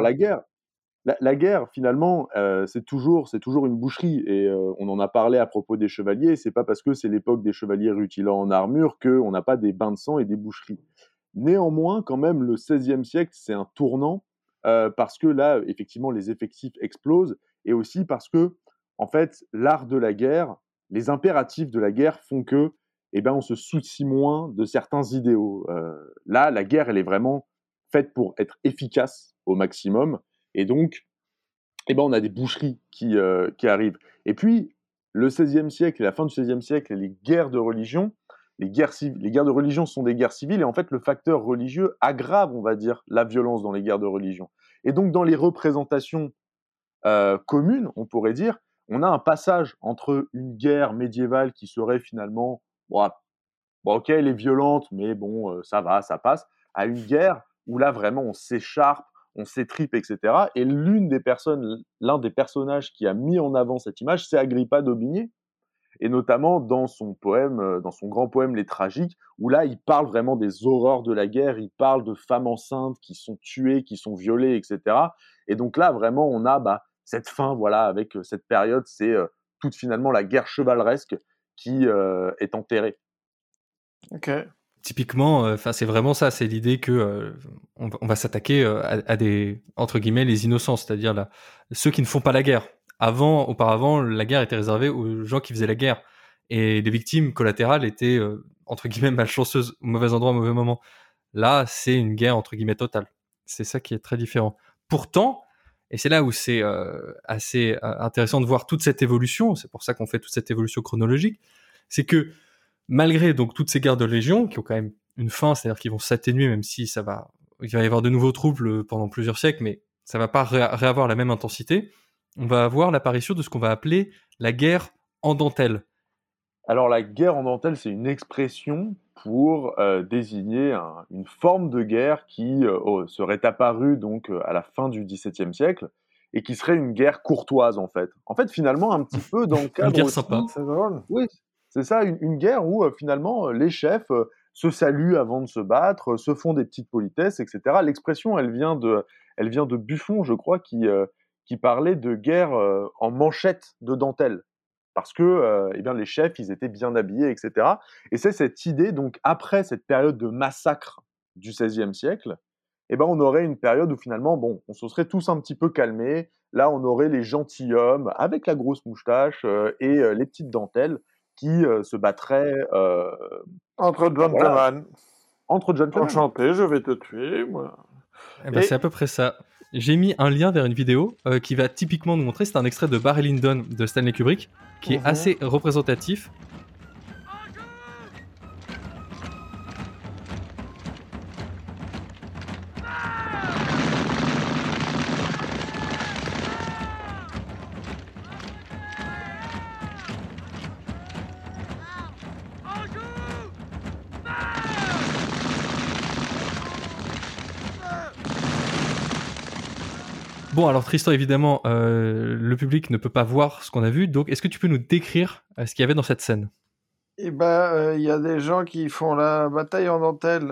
la guerre, finalement, c'est toujours une boucherie, et on en a parlé à propos des chevaliers, c'est pas parce que c'est l'époque des chevaliers rutilant en armure qu'on n'a pas des bains de sang et des boucheries. Néanmoins, quand même, le XVIe siècle, c'est un tournant, parce que là, effectivement, les effectifs explosent, et aussi parce que, en fait, l'art de la guerre, les impératifs de la guerre font que, on se soucie moins de certains idéaux. Là, la guerre, elle est vraiment faite pour être efficace au maximum, et donc, on a des boucheries qui arrivent. Et puis, le XVIe siècle et la fin du XVIe siècle, et les guerres de religion, les guerres de religion sont des guerres civiles, et en fait, le facteur religieux aggrave, on va dire, la violence dans les guerres de religion. Et donc, dans les représentations communes, on pourrait dire, on a un passage entre une guerre médiévale qui serait finalement, ok, elle est violente, mais bon, ça va, ça passe, à une guerre où là, vraiment, on s'écharpe, on s'étripe, etc. Et l'un des personnages qui a mis en avant cette image, c'est Agrippa d'Aubigné, et notamment dans son poème, dans son grand poème Les Tragiques, où là, il parle vraiment des horreurs de la guerre, il parle de femmes enceintes qui sont tuées, qui sont violées, etc. Et donc là, vraiment, on a cette fin, voilà, avec cette période, c'est toute finalement la guerre chevaleresque qui est enterrée. Ok. Typiquement, c'est vraiment ça, c'est l'idée que on va s'attaquer à des, entre guillemets, les innocents, c'est-à-dire ceux qui ne font pas la guerre. Auparavant, la guerre était réservée aux gens qui faisaient la guerre, et les victimes collatérales étaient entre guillemets malchanceuses, au mauvais endroit, au mauvais moment. Là, c'est une guerre entre guillemets totale. C'est ça qui est très différent. Pourtant, et c'est là où c'est assez intéressant de voir toute cette évolution, c'est pour ça qu'on fait toute cette évolution chronologique, c'est que malgré donc toutes ces guerres de religion qui ont quand même une fin, c'est-à-dire qu'ils vont s'atténuer, même si il va y avoir de nouveaux troubles pendant plusieurs siècles, mais ça va pas réavoir la même intensité. On va avoir l'apparition de ce qu'on va appeler la guerre en dentelle. Alors la guerre en dentelle, c'est une expression pour désigner une forme de guerre qui serait apparue donc à la fin du XVIIe siècle, et qui serait une guerre courtoise en fait. En fait, finalement, un petit peu dans le cadre... Une guerre sympa. C'est drôle. Oui, c'est ça, une guerre où finalement les chefs se saluent avant de se battre, se font des petites politesses, etc. L'expression, elle vient de Buffon, je crois, qui parlait de guerre en manchette de dentelle. Parce que les chefs, ils étaient bien habillés, etc. Et c'est cette idée, donc après cette période de massacre du XVIe siècle, on aurait une période où finalement, on se serait tous un petit peu calmés. Là, on aurait les gentilshommes avec la grosse moustache et les petites dentelles qui se battraient entre gentlemen. Voilà. Entre gentlemen. Enchanté, je vais te tuer, moi. C'est à peu près ça. J'ai mis un lien vers une vidéo qui va typiquement nous montrer, c'est un extrait de Barry Lyndon de Stanley Kubrick, qui est assez représentatif. Bon, alors Tristan, évidemment, le public ne peut pas voir ce qu'on a vu, donc est-ce que tu peux nous décrire ce qu'il y avait dans cette scène? Et ben, il y a des gens qui font la bataille en dentelle.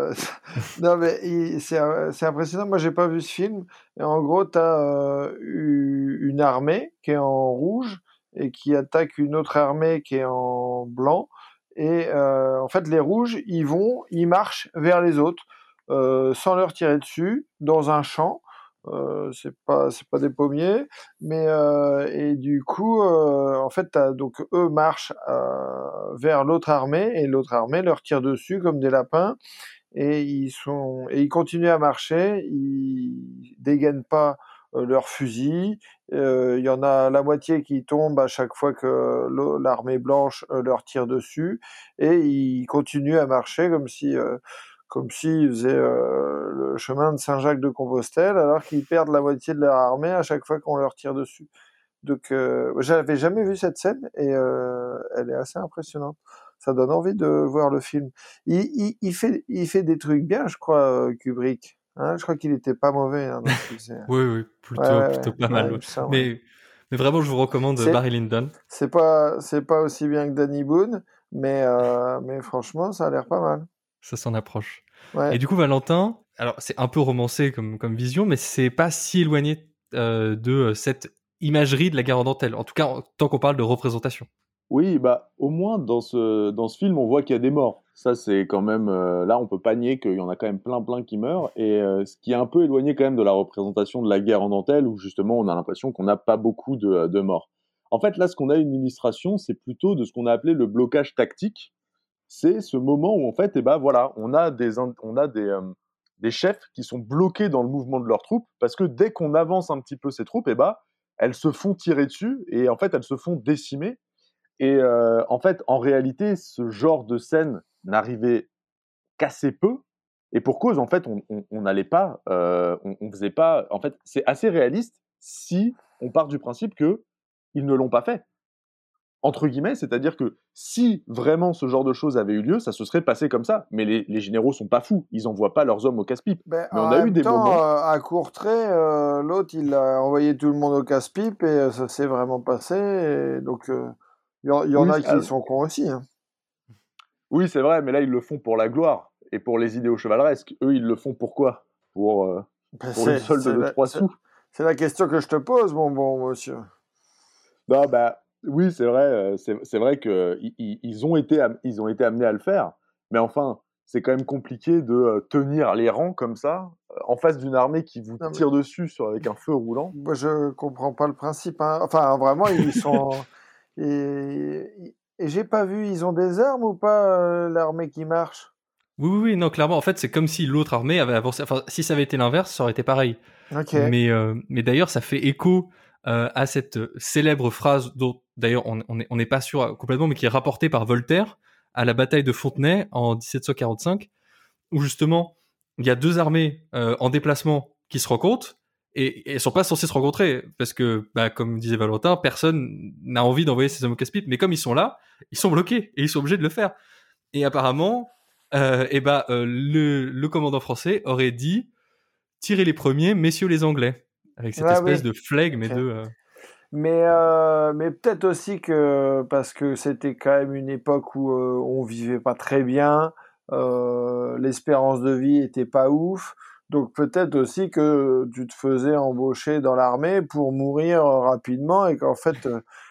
Non, mais c'est impressionnant. Moi, j'ai pas vu ce film. Et en gros, t'as une armée qui est en rouge et qui attaque une autre armée qui est en blanc. Et en fait, les rouges, ils marchent vers les autres sans leur tirer dessus dans un champ. C'est pas des pommiers, mais et du coup, en fait, donc eux marchent vers l'autre armée et l'autre armée leur tire dessus comme des lapins et ils continuent à marcher, ils dégainent pas leurs fusils. Il y en a la moitié qui tombe à chaque fois que l'armée blanche leur tire dessus et ils continuent à marcher comme s'ils faisaient le chemin de Saint-Jacques-de-Compostelle, alors qu'ils perdent la moitié de leur armée à chaque fois qu'on leur tire dessus. Donc, j'avais jamais vu cette scène et elle est assez impressionnante. Ça donne envie de voir le film. Il fait des trucs bien, je crois, Kubrick. Hein, je crois qu'il était pas mauvais hein, dans ce qu'il faisait. Oui, plutôt pas mal. Il me semble, ouais. Mais vraiment, je vous recommande C'est- Barry Lyndon. C'est pas aussi bien que Danny Boone, mais franchement, ça a l'air pas mal. Ça s'en approche. Ouais. Et du coup, Valentin, alors c'est un peu romancé comme vision, mais c'est pas si éloigné de cette imagerie de la guerre en dentelle. En tout cas, tant qu'on parle de représentation. Oui, bah au moins dans ce film, on voit qu'il y a des morts. Ça, c'est quand même là, on peut pas nier qu'il y en a quand même plein qui meurent. Et ce qui est un peu éloigné quand même de la représentation de la guerre en dentelle, où justement on a l'impression qu'on n'a pas beaucoup de morts. En fait, là, ce qu'on a une illustration, c'est plutôt de ce qu'on a appelé le blocage tactique. C'est ce moment où en fait, eh ben voilà, on a des chefs qui sont bloqués dans le mouvement de leurs troupes parce que dès qu'on avance un petit peu ces troupes, eh ben elles se font tirer dessus et en fait elles se font décimer. Et en fait, en réalité, ce genre de scène n'arrivait qu'assez peu. Et pour cause, en fait, on n'allait pas, on faisait pas. En fait, c'est assez réaliste si on part du principe que ils ne l'ont pas fait. Entre guillemets, c'est-à-dire que si vraiment ce genre de choses avait eu lieu, ça se serait passé comme ça. Mais les généraux sont pas fous, ils envoient pas leurs hommes au casse-pipe. Ben, Mais on en a eu même des temps, moments. à Courtrai, l'autre, il a envoyé tout le monde au casse-pipe et ça s'est vraiment passé. Et donc, il y en Oui, a qui sont cons aussi. Hein. oui, c'est vrai, mais là ils le font pour la gloire et pour les idéaux chevaleresques. Eux, ils le font pour quoi Ben, pour une solde de 3 sous. c'est la question que je te pose, mon bon monsieur. Non, bah, oui, c'est vrai, c'est vrai ils ont été amenés à le faire, mais enfin, c'est quand même compliqué de tenir les rangs comme ça, en face d'une armée qui vous Non, mais tire dessus avec un feu roulant. moi, je comprends pas le principe. Hein. Enfin, vraiment, ils sont. Et j'ai pas vu, ils ont des armes ou pas, l'armée qui marche? Oui, non, clairement, en fait, c'est comme si l'autre armée avait avancé. Enfin, si ça avait été l'inverse, ça aurait été pareil. Ok. Mais d'ailleurs, ça fait écho à cette célèbre phrase dont, d'ailleurs, on n'est pas sûr complètement, mais qui est rapportée par Voltaire à la bataille de Fontenay en 1745, où justement, il y a deux armées en déplacement qui se rencontrent, et elles sont pas censées se rencontrer, parce que, bah, comme disait Valentin, personne n'a envie d'envoyer ses hommes au casse-pipe, mais comme ils sont là, ils sont bloqués, et ils sont obligés de le faire. Et apparemment, le commandant français aurait dit tirez les premiers, messieurs les Anglais, avec cette Ouais, espèce oui. de flegme et Ok. de. Mais peut-être aussi que parce que c'était quand même une époque où on vivait pas très bien, l'espérance de vie était pas ouf, donc peut-être aussi que tu te faisais embaucher dans l'armée pour mourir rapidement et qu'en fait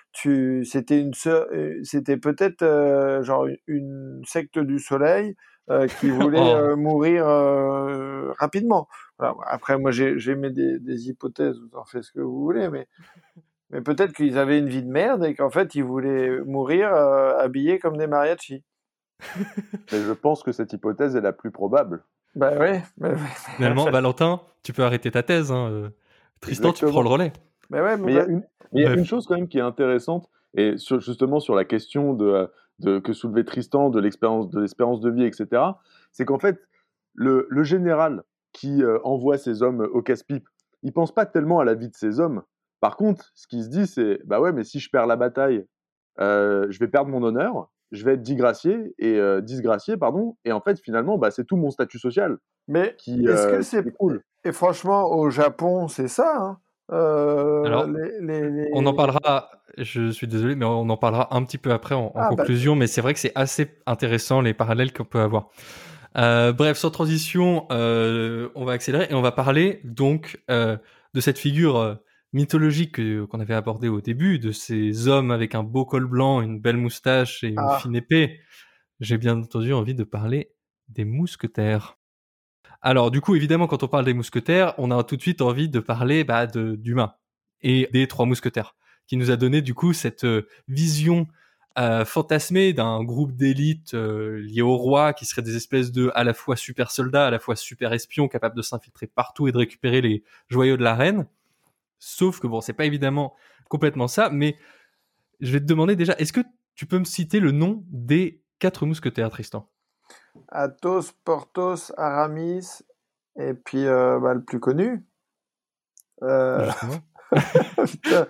c'était peut-être genre une secte du soleil qui voulait Oh. mourir rapidement. Voilà. Après moi j'ai mis des hypothèses, vous en faites ce que vous voulez, mais peut-être qu'ils avaient une vie de merde et qu'en fait, ils voulaient mourir habillés comme des mariachis. Mais je pense que cette hypothèse est la plus probable. Bah ouais, Finalement, Valentin, tu peux arrêter ta thèse. Hein. Tristan, tu prends le Exactement. relais. mais ouais, Mais il y a une Bref. chose quand même qui est intéressante, et justement sur la question que soulevait Tristan, de l'espérance de vie, etc., c'est qu'en fait, le général qui envoie ses hommes au casse-pipe, il pense pas tellement à la vie de ses hommes. Par contre, ce qu'il se dit, c'est, bah ouais, mais si je perds la bataille, je vais perdre mon honneur, je vais être disgracié, pardon, et en fait, finalement, bah, c'est tout mon statut social Mais qui est-ce que c'est... découle. Et franchement, au Japon, c'est ça, hein. Alors, on en parlera, je suis désolé, mais on en parlera un petit peu après en conclusion, mais c'est vrai que c'est assez intéressant les parallèles qu'on peut avoir. Bref, sans transition, on va accélérer et on va parler donc de cette figure mythologique qu'on avait abordée au début, de ces hommes avec un beau col blanc, une belle moustache et une fine épée. J'ai bien entendu envie de parler des mousquetaires. Alors du coup, évidemment, quand on parle des mousquetaires, on a tout de suite envie de parler d'Dumas et des trois mousquetaires, qui nous a donné du coup cette vision fantasmée d'un groupe d'élite lié au roi, qui serait des espèces de à la fois super soldats, à la fois super espions, capables de s'infiltrer partout et de récupérer les joyaux de la reine. Sauf que bon, c'est pas évidemment complètement ça, mais je vais te demander déjà, est-ce que tu peux me citer le nom des 4 mousquetaires, Tristan? Athos, Porthos, Aramis, et puis le plus connu. Justement. Putain,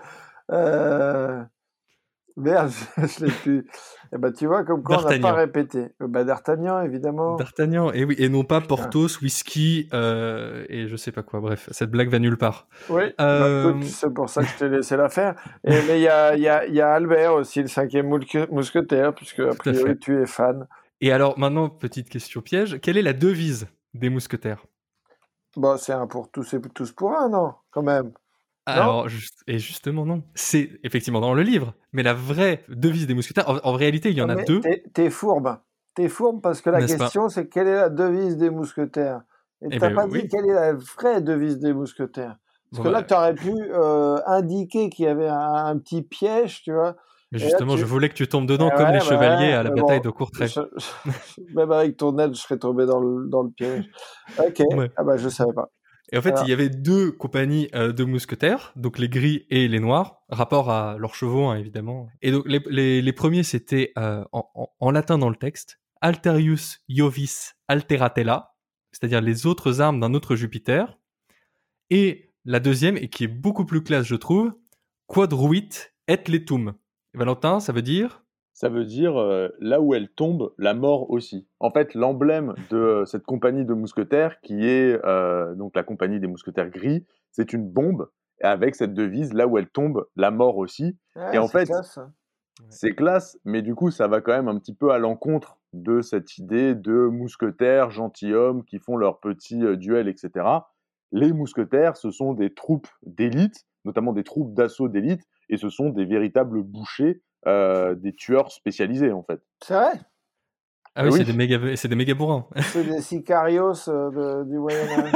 merde, je l'ai plus. Et tu vois, comme quoi on n'a pas répété. D'Artagnan, évidemment. D'Artagnan, et oui, et non pas Porthos, whisky, et je sais pas quoi. Bref, cette blague va nulle part. Oui, écoute, c'est pour ça que je t'ai laissé la faire. Mais il y a Albert aussi, le 5e mousquetaire, puisque a priori tu es fan. Et alors, maintenant, petite question piège. Quelle est la devise des mousquetaires? C'est un pour tous et tous pour un, non? Quand même. Alors, justement, non. C'est effectivement dans le livre, mais la vraie devise des mousquetaires, en réalité, il y en a 2. T'es fourbe. T'es fourbe parce que la question, c'est quelle est la devise des mousquetaires? Et t'as pas dit quelle est la vraie devise des mousquetaires. Parce que là, tu aurais pu indiquer qu'il y avait un petit piège, tu vois. Mais justement, je voulais que tu tombes dedans comme les chevaliers à la bataille de Courtrai. Même avec ton aide, je serais tombé dans le piège. Ok, je savais pas. Et en fait, il y avait 2 compagnies de mousquetaires, donc les gris et les noirs, rapport à leurs chevaux, hein, évidemment. Et donc les premiers, c'était en latin dans le texte, Alterius Iovis Alteratella, c'est-à-dire les autres armes d'un autre Jupiter. Et la deuxième, et qui est beaucoup plus classe, je trouve, Quadruit et letum. Valentin, ça veut dire? Ça veut dire là où elle tombe, la mort aussi. En fait, l'emblème de cette compagnie de mousquetaires, qui est donc la compagnie des mousquetaires gris, c'est une bombe avec cette devise, là où elle tombe, la mort aussi. Ouais, et en fait, classe. C'est classe, mais du coup, ça va quand même un petit peu à l'encontre de cette idée de mousquetaires, gentilshommes qui font leurs petits duels, etc. Les mousquetaires, ce sont des troupes d'élite, notamment des troupes d'assaut d'élite, et ce sont des véritables bouchers, des tueurs spécialisés, en fait. C'est vrai? Ah oui, c'est des méga bourrins. C'est des sicarios du Moyen-Âge.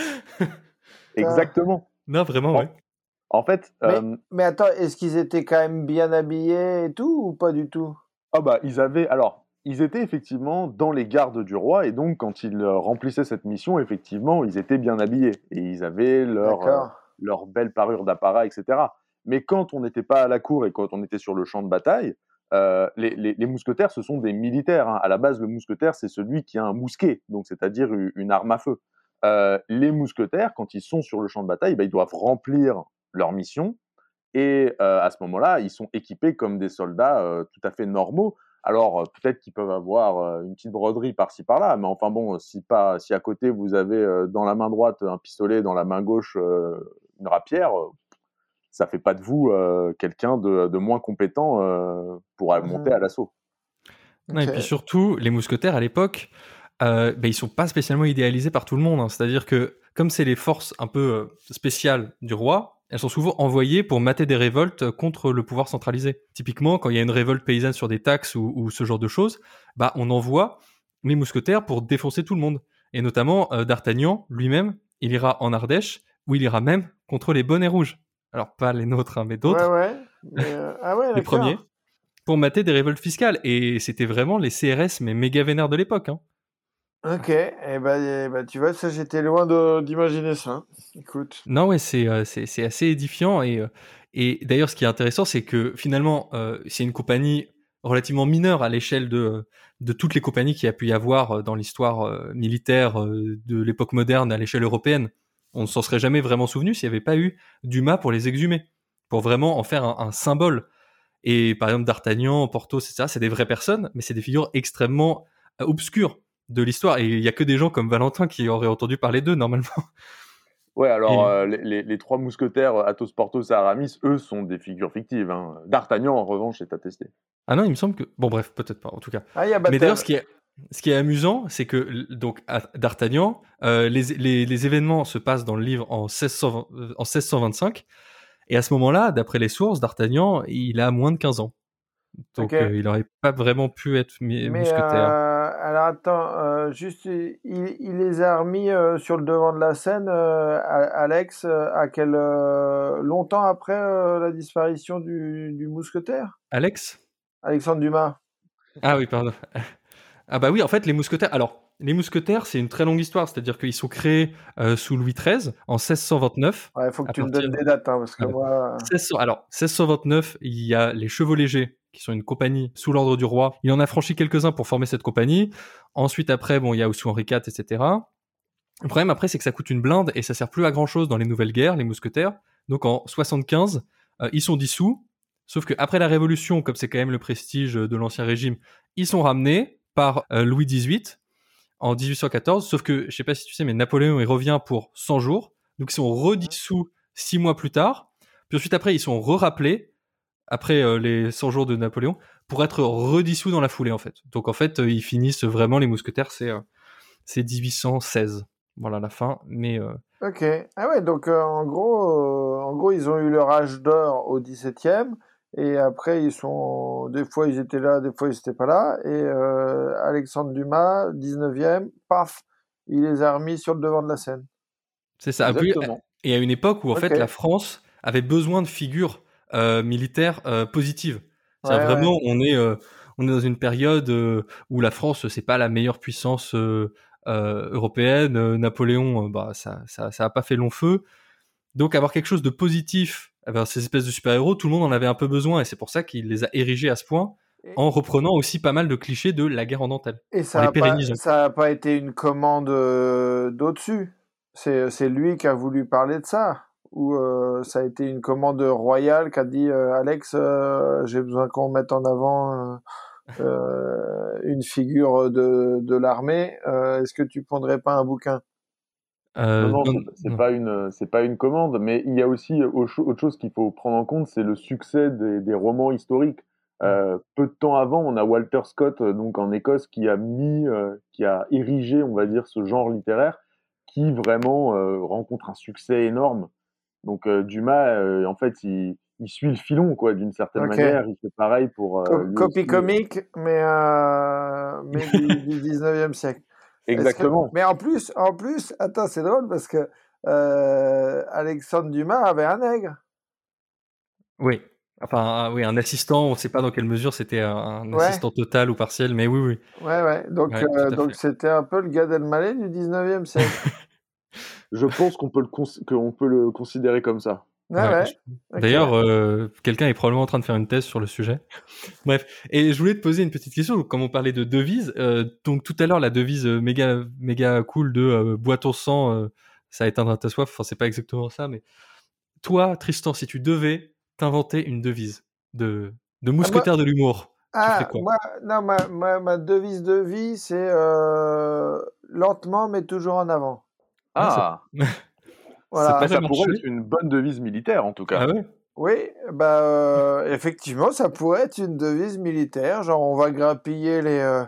Exactement. Non, vraiment, ouais. En fait... Mais attends, est-ce qu'ils étaient quand même bien habillés et tout, ou pas du tout? Ils étaient effectivement dans les gardes du roi, et donc quand ils remplissaient cette mission, effectivement, ils étaient bien habillés, et ils avaient leur belle parure d'apparat, etc. Mais quand on n'était pas à la cour et quand on était sur le champ de bataille, les mousquetaires, ce sont des militaires, hein. À la base, le mousquetaire, c'est celui qui a un mousquet, donc c'est-à-dire une arme à feu. Les mousquetaires, quand ils sont sur le champ de bataille, ils doivent remplir leur mission, et à ce moment-là, ils sont équipés comme des soldats tout à fait normaux. Alors, peut-être qu'ils peuvent avoir une petite broderie par-ci par-là, mais enfin bon, si à côté vous avez dans la main droite un pistolet, dans la main gauche une rapière, ça fait pas de vous quelqu'un de moins compétent pour monter à l'assaut. Non, et puis surtout, les mousquetaires à l'époque, ils sont pas spécialement idéalisés par tout le monde, hein. C'est-à-dire que comme c'est les forces un peu spéciales du roi, elles sont souvent envoyées pour mater des révoltes contre le pouvoir centralisé. Typiquement, quand il y a une révolte paysanne sur des taxes ou ce genre de choses, on envoie les mousquetaires pour défoncer tout le monde. Et notamment, D'Artagnan, lui-même, il ira en Ardèche, où il ira même contre les bonnets rouges. Alors, pas les nôtres, hein, mais d'autres. Ouais, les premiers. Pour mater des révoltes fiscales. Et c'était vraiment les CRS, mais méga vénères de l'époque, hein. Ok, tu vois, ça j'étais loin d'imaginer ça. Écoute. Non, ouais, c'est assez édifiant et d'ailleurs, ce qui est intéressant, c'est que finalement, c'est une compagnie relativement mineure à l'échelle de toutes les compagnies qu'il y a pu y avoir dans l'histoire militaire de l'époque moderne à l'échelle européenne. On ne s'en serait jamais vraiment souvenu s'il n'y avait pas eu Dumas pour les exhumer, pour vraiment en faire un symbole. Et par exemple, D'Artagnan, Porthos, etc., c'est des vraies personnes, mais c'est des figures extrêmement obscures de l'histoire. Et il y a que des gens comme Valentin qui auraient entendu parler d'eux, normalement. Ouais, alors Et- les trois mousquetaires, Athos, Porthos et Aramis, eux, sont des figures fictives. Hein. D'Artagnan, en revanche, est attesté. Ah non, il me semble que... Bon, bref, peut-être pas, en tout cas. Ah, il y a Mais d'ailleurs, Bataille. ce qui est amusant, c'est que donc D'Artagnan, les événements se passent dans le livre en 1625, et à ce moment-là, d'après les sources, D'Artagnan, il a moins de 15 ans. Donc Ok. il n'aurait pas vraiment pu être Mais mousquetaire. alors attends, juste, il les a remis sur le devant de la scène, Alex, à quel longtemps après la disparition du mousquetaire, Alex? Alexandre Dumas. Ah oui, pardon. Ah bah oui, en fait, les mousquetaires... Alors, les mousquetaires, c'est une très longue histoire, c'est-à-dire qu'ils sont créés sous Louis XIII, en 1629. Ouais, il faut que À tu me partir donnes des dates, hein, parce que Ouais. moi. 1629, il y a les Chevaux Légers, qui sont une compagnie sous l'ordre du roi. Il en a franchi quelques-uns pour former cette compagnie. Ensuite, après, bon, il y a sous Henri IV, etc. Le problème, après, c'est que ça coûte une blinde et ça sert plus à grand-chose dans les nouvelles guerres, les mousquetaires. Donc, en 75, ils sont dissous. Sauf qu'après la Révolution, comme c'est quand même le prestige de l'Ancien Régime, ils sont ramenés par Louis XVIII en 1814. Sauf que, je sais pas si tu sais, mais Napoléon, il revient pour 100 jours. Donc, ils sont redissous 6 mois plus tard. Puis ensuite, après, ils sont re-rappelés, après les 100 jours de Napoléon, pour être redissous dans la foulée, en fait. Donc, en fait, ils finissent vraiment, les mousquetaires, c'est 1816. Voilà la fin. Mais Ok. Ah ouais, donc en gros, ils ont eu leur âge d'or au XVIIe, et après, des fois, ils étaient là, des fois, ils n'étaient pas là. Et Alexandre Dumas, 19e, paf, il les a remis sur le devant de la scène. c'est ça. Exactement. Et à une époque où, en fait, Ok. la France avait besoin de figures militaires positives. C'est-à-dire Ouais, ouais. vraiment, on est dans une période où la France, c'est pas la meilleure puissance européenne. Napoléon, bah, ça a pas fait long feu. Donc, avoir quelque chose de positif, ces espèces de super-héros, tout le monde en avait un peu besoin, et c'est pour ça qu'il les a érigés à ce point, Et, en reprenant aussi pas mal de clichés de la guerre en dentelle, et en les pérennisant. ça a pas été une commande d'au-dessus. C'est lui qui a voulu parler de ça. Ou ça a été une commande royale qui a dit Alex, j'ai besoin qu'on mette en avant une figure de l'armée. Est-ce que tu prendrais pas un bouquin? Non, non, Non, c'est pas une commande, mais il y a aussi autre chose qu'il faut prendre en compte, c'est le succès des romans historiques. Peu de temps avant, on a Walter Scott, donc en Écosse, qui a érigé, on va dire, ce genre littéraire, qui vraiment rencontre un succès énorme. Donc Dumas, en fait, il suit le filon, quoi, d'une certaine Ok. manière. Il fait pareil pour lui Copie aussi. comique, mais du 19e siècle. Exactement. Mais en plus, attends, c'est drôle parce que Alexandre Dumas avait un nègre. oui. Enfin, oui, un assistant, on ne sait pas dans quelle mesure c'était un Ouais, assistant total ou partiel, mais oui, oui. ouais. Ouais, tout à Donc fait. c'était un peu le Gad Elmaleh du 19e siècle. Je pense qu'on peut le considérer comme ça. Ouais, Ouais. ouais. Ok. D'ailleurs, quelqu'un est probablement en train de faire une thèse sur le sujet. Bref, et je voulais te poser une petite question. Comme on parlait de devises, donc tout à l'heure la devise méga cool de bois ton sang, ça éteindra ta soif. Enfin, c'est pas exactement ça, mais toi, Tristan, si tu devais t'inventer une devise de Ah, mousquetaire de l'humour, tu ferais quoi? non, ma devise de vie, c'est lentement mais toujours en avant. Ah, ça, Ah, ça Voilà. pourrait ça pourrait marcher. être une bonne devise militaire, en tout Ah cas. ouais? Oui, effectivement, ça pourrait être une devise militaire. Genre, on va grappiller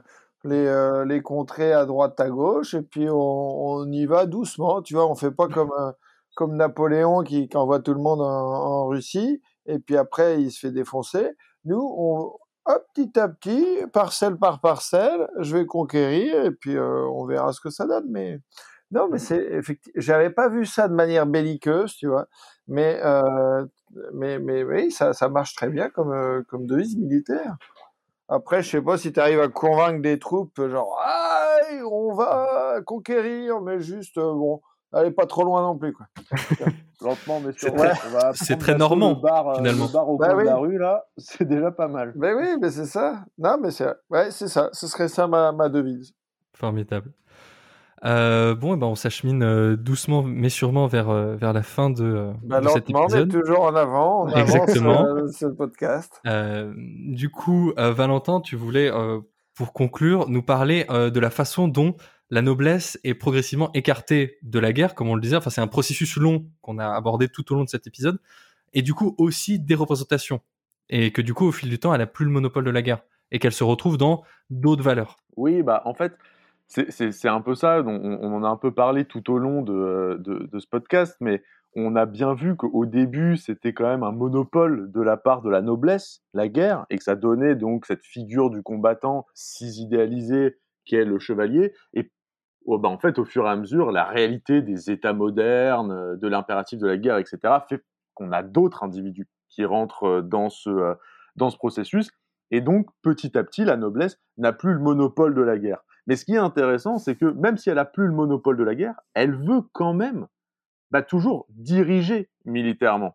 les contrées à droite, à gauche, et puis on y va doucement. Tu vois, on fait pas comme Napoléon qui envoie tout le monde en Russie, et puis après il se fait défoncer. Nous, hop, petit à petit, parcelle par parcelle, je vais conquérir, et puis on verra ce que ça donne. Mais non, mais c'est effectivement, j'avais pas vu ça de manière belliqueuse, tu vois. Mais mais oui, ça marche très bien comme devise militaire. Après, je sais pas si tu arrives à convaincre des troupes, genre, aïe, on va conquérir, mais juste, bon, allez pas trop loin non plus, quoi. Lentement, mais C'est sûrement, très, on va c'est prendre très d'assaut normand, le finalement. bar au Bah coin de oui, la rue, là, c'est déjà pas mal. bah oui, mais c'est ça. Non, mais ouais, c'est ça. Ce serait ça ma devise. Formidable. Bon, on s'achemine doucement mais sûrement vers la fin de cet Lentement, mais épisode. toujours en avant. On Exactement. avance ce podcast. Du coup, Valentin, tu voulais, pour conclure, nous parler de la façon dont la noblesse est progressivement écartée de la guerre, comme on le disait. Enfin, c'est un processus long qu'on a abordé tout au long de cet épisode, et du coup aussi des représentations, et que du coup, au fil du temps, elle a plus le monopole de la guerre, et qu'elle se retrouve dans d'autres valeurs. Oui, en fait, c'est un peu ça. On en a un peu parlé tout au long de ce podcast, mais on a bien vu qu'au début, c'était quand même un monopole de la part de la noblesse, la guerre, et que ça donnait donc cette figure du combattant si idéalisé qu'est le chevalier. Et en fait, au fur et à mesure, la réalité des États modernes, de l'impératif de la guerre, etc., fait qu'on a d'autres individus qui rentrent dans ce processus. Et donc, petit à petit, la noblesse n'a plus le monopole de la guerre. Mais ce qui est intéressant, c'est que même si elle n'a plus le monopole de la guerre, elle veut quand même toujours diriger militairement.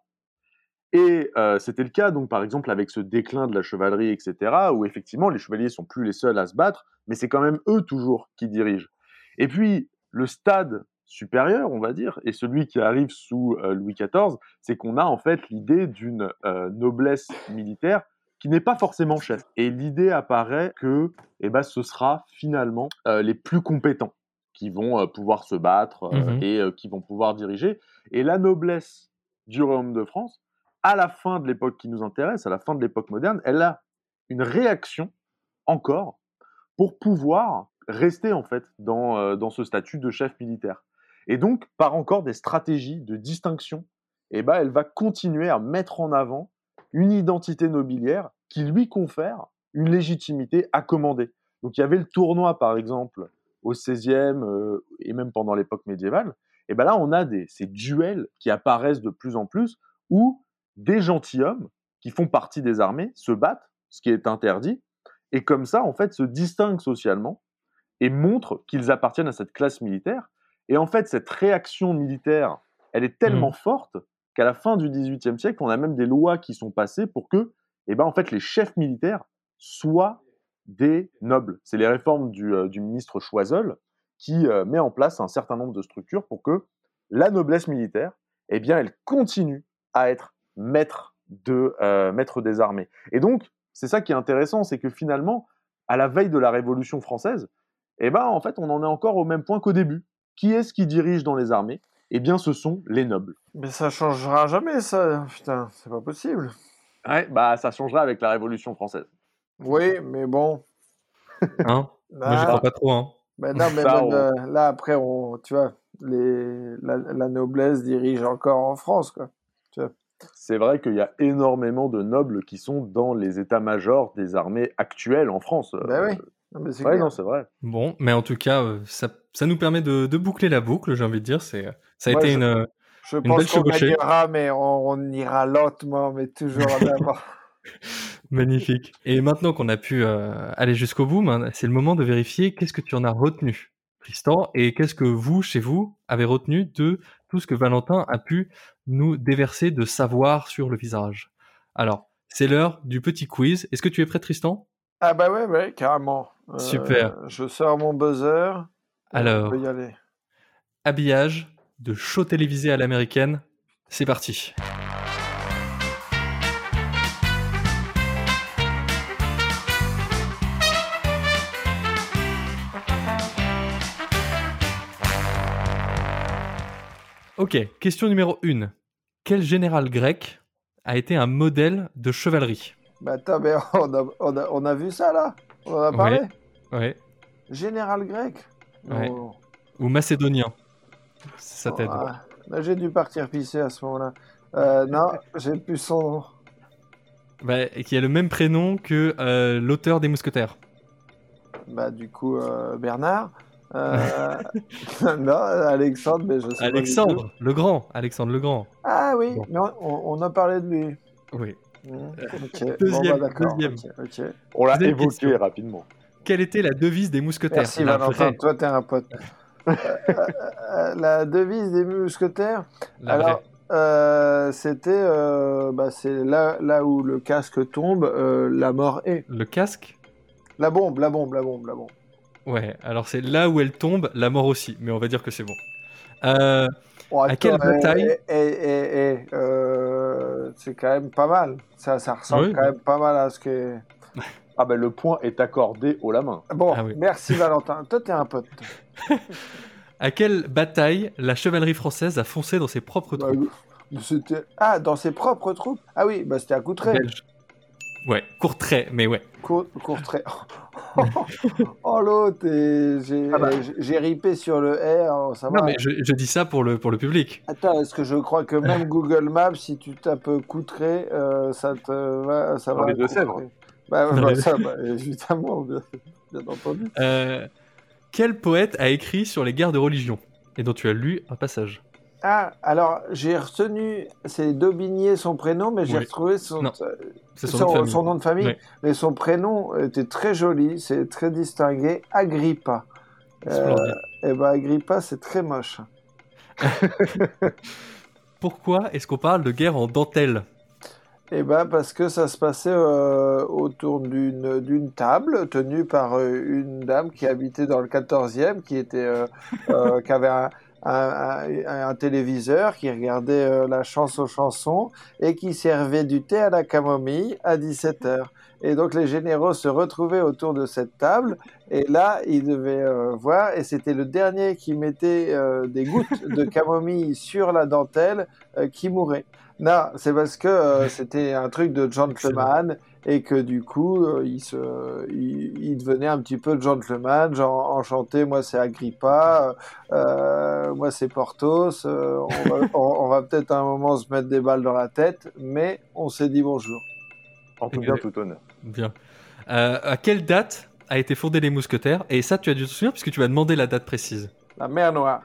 Et c'était le cas, donc, par exemple, avec ce déclin de la chevalerie, etc., où effectivement, les chevaliers sont plus les seuls à se battre, mais c'est quand même eux toujours qui dirigent. Et puis, le stade supérieur, on va dire, et celui qui arrive sous Louis XIV, c'est qu'on a en fait l'idée d'une noblesse militaire qui n'est pas forcément chef. Et l'idée apparaît que ce sera finalement les plus compétents qui vont pouvoir se battre et qui vont pouvoir diriger. Et la noblesse du royaume de France, à la fin de l'époque qui nous intéresse, à la fin de l'époque moderne, elle a une réaction encore pour pouvoir rester en fait dans ce statut de chef militaire. Et donc, par encore des stratégies de distinction, elle va continuer à mettre en avant une identité nobiliaire qui lui confère une légitimité à commander. Donc, il y avait le tournoi, par exemple, au XVIe et même pendant l'époque médiévale. Et là, on a ces duels qui apparaissent de plus en plus où des gentilshommes qui font partie des armées se battent, ce qui est interdit, et comme ça, en fait, se distinguent socialement et montrent qu'ils appartiennent à cette classe militaire. Et en fait, cette réaction militaire, elle est tellement forte qu'à la fin du XVIIIe siècle, on a même des lois qui sont passées pour que, en fait, les chefs militaires soient des nobles. C'est les réformes du ministre Choiseul qui met en place un certain nombre de structures pour que la noblesse militaire, elle continue à être maître des armées. Et donc, c'est ça qui est intéressant, c'est que finalement, à la veille de la Révolution française, en fait, on en est encore au même point qu'au début. Qui est-ce qui dirige dans les armées ? Ce sont les nobles. Mais ça changera jamais, ça. Putain, c'est pas possible. Ouais, ça changera avec la Révolution française. Oui, mais bon. Moi, j'y crois pas trop. Non, mais là, après, tu vois, la noblesse dirige encore en France, quoi. Tu vois. C'est vrai qu'il y a énormément de nobles qui sont dans les états-majors des armées actuelles en France. Oui. Non, c'est vrai. Bon, mais en tout cas, ça nous permet de boucler la boucle, j'ai envie de dire. Ça a été une belle chevauchée. Gagnera, mais on ira lentement, mais toujours en avant. Magnifique. Et maintenant qu'on a pu aller jusqu'au bout, c'est le moment de vérifier qu'est-ce que tu en as retenu, Tristan, et qu'est-ce que vous, chez vous, avez retenu de tout ce que Valentin a pu nous déverser de savoir sur le visage. Alors, c'est l'heure du petit quiz. Est-ce que tu es prêt, Tristan ? Ah ouais, carrément. Super. Je sors mon buzzer. Alors, on peut y aller. Habillage de show télévisé à l'américaine. C'est parti. Ok, question numéro 1. Quel général grec a été un modèle de chevalerie ? Attends, mais on a vu ça là ? On en a parlé ? Ouais. Général grec ? Ouais. Ou macédonien. Ça t'aide. Là, j'ai dû partir pisser à ce moment-là. Non, j'ai plus son nom. Qui a le même prénom que l'auteur des Mousquetaires. Du coup, Bernard. Non, Alexandre, mais je sais Alexandre le Grand. Alexandre le Grand. Ah oui, bon. Non, on a parlé de lui. Oui. Okay. Deuxième. Okay. On l'a évoqué rapidement. Quelle était la devise des Mousquetaires ? Merci Valentin, toi t'es un pote. La devise des Mousquetaires. C'était c'est là où le casque tombe, la mort est. Le casque ? La bombe. Ouais, alors c'est là où elle tombe, la mort aussi, mais on va dire que c'est bon. Oh, À quelle attends, bataille c'est quand même pas mal. Ça ressemble Oui, quand même pas mal à ce que... Ah ben le point est accordé haut la main. Bon, Ah oui. merci Valentin. Toi, t'es un pote. À quelle bataille la chevalerie française a foncé dans ses propres Bah, troupes c'était... Ah, dans ses propres troupes? Ah oui, bah c'était à Courtrai. belges? Ouais, Courtrai, mais ouais. Courtrai. Oh l'autre, j'ai ripé sur le R, ça Non, va. mais je dis ça pour le public. Attends, est-ce que je crois que même Google Maps, si tu tapes Courtrai, ça va, ça Dans va. les Deux-Sèvres. Bah, Dans les- ça, bah, évidemment, bien entendu. Quel poète a écrit sur les guerres de religion et dont tu as lu un passage? Ah, alors j'ai retenu, c'est d'Aubigné son prénom, mais j'ai Oui. retrouvé son, Non, c'est son nom de famille. son nom de famille. Ouais. Mais son prénom était très joli, c'est très distingué, Agrippa. Splendide. Et ben Agrippa, c'est très moche. Pourquoi est-ce qu'on parle de guerre en dentelle? Et ben parce que ça se passait autour d'une table tenue par une dame qui habitait dans le 14e, qui avait un téléviseur, qui regardait la chance aux chansons et qui servait du thé à la camomille à 17h. Et donc les généraux se retrouvaient autour de cette table et là ils devaient voir, et c'était le dernier qui mettait des gouttes de camomille sur la dentelle qui mourait. Non, c'est parce que c'était un truc de gentleman et que du coup, il devenait un petit peu gentleman, genre enchanté, moi c'est Agrippa, moi c'est Porthos, on va peut-être à un moment se mettre des balles dans la tête, mais on s'est dit bonjour. En tout bien, tout honneur. Bien. À quelle date a été fondé les Mousquetaires? Et ça, tu as dû te souvenir puisque tu m'as demandé la date précise. La mer Noire.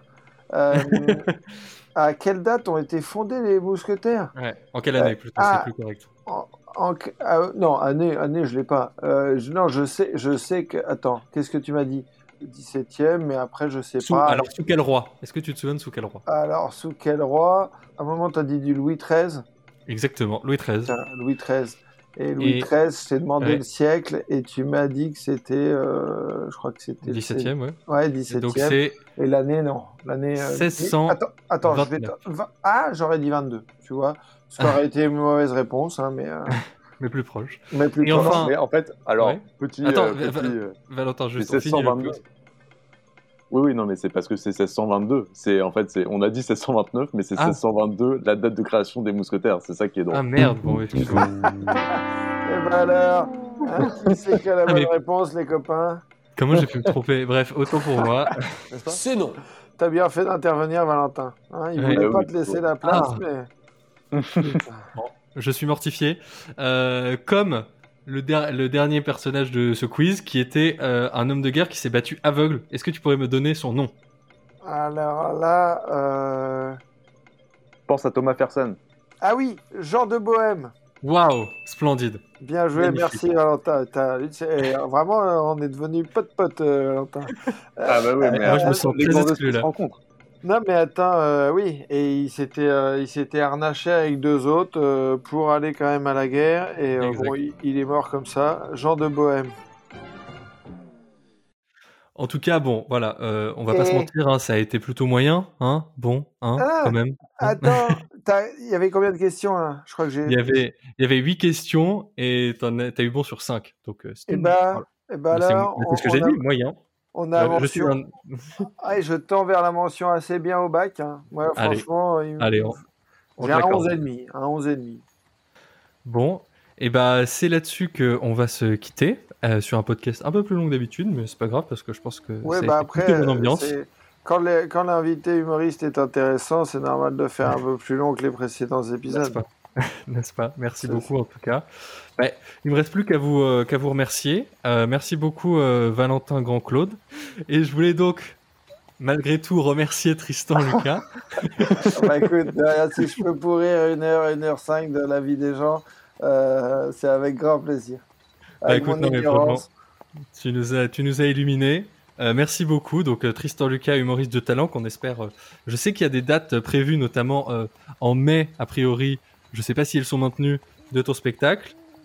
À quelle date ont été fondés les Mousquetaires? Ouais. En quelle année plutôt, ah, c'est plus correct. Non, année, je l'ai pas. Non, je sais que... Attends, qu'est-ce que tu m'as dit? 17e, mais après, je sais pas. Alors, sous quel roi? Est-ce que tu te souviens de sous quel roi? Alors, sous quel roi? À un moment, tu as dit du Louis XIII. Exactement, Louis XIII. Putain, Louis XIII. Et Louis XIII, je t'ai demandé le siècle, et tu m'as dit que c'était... je crois que c'était... 17e, ouais. Ouais, 17e. Donc c'est... Et l'année, non. L'année... 1600... Attends, j'aurais dit 22, tu vois. Ce qui aurait été une mauvaise réponse, hein, mais... mais plus proche. Mais plus Et proche. enfin... Mais en fait, alors, ouais. petit... Attends, Valentin, juste, on finit le quiz. Oui, non, mais c'est parce que c'est 1622. On a dit 1629, mais c'est 1622, la date de création des Mousquetaires. C'est ça qui est drôle. Ah merde, bon, excuse-moi. Et ben alors, qui c'est qui a la bonne réponse, les copains? Comment j'ai pu me tromper? Bref, autant pour moi. C'est non. T'as bien fait d'intervenir, Valentin. Hein, il voulait pas te laisser la place, mais... Bon, je suis mortifié. Comme... Le dernier personnage de ce quiz, qui était un homme de guerre qui s'est battu aveugle. Est-ce que tu pourrais me donner son nom? Alors là... Pense à Thomas Fersen. Ah oui, Jean de Bohème. Waouh, splendide. Bien joué, merci Valentin. Vraiment, on est devenus pote, Valentin. Ah bah oui, mais moi je me sens très exclu là. Non mais attends, oui, et il s'était harnaché avec deux autres pour aller quand même à la guerre, et bon, il est mort comme ça, Jean de Bohème. En tout cas, bon, voilà, on va pas se mentir, hein, ça a été plutôt moyen, hein, bon, hein, quand même. Attends, il y avait combien de questions là? Je crois que il y avait 8 questions et t'as eu bon sur 5, donc c'était alors, c'est ce que j'ai dit, moyen. On a mention. Je tends vers la mention assez bien au bac. Hein. Moi, franchement, allez, j'ai un 11,5. Bon, et c'est là-dessus qu'on va se quitter sur un podcast un peu plus long que d'habitude, mais c'est pas grave parce que je pense que après, mon ambiance. Quand l'invité humoriste est intéressant, c'est normal de faire un peu plus long que les précédents épisodes. N'est-ce pas? Merci beaucoup en tout cas. Il me reste plus qu'à vous remercier. Merci beaucoup Valentin Grand-Claude. Et je voulais donc malgré tout remercier Tristan Lucas. Écoute, si je peux pourrir 1h05 de la vie des gens, c'est avec grand plaisir. Écoute, non, mais franchement, tu nous as illuminés. Merci beaucoup. Donc Tristan Lucas, humoriste de talent, qu'on espère. Je sais qu'il y a des dates prévues, notamment en mai, a priori. Je sais pas si elles sont maintenues, de ton spectacle.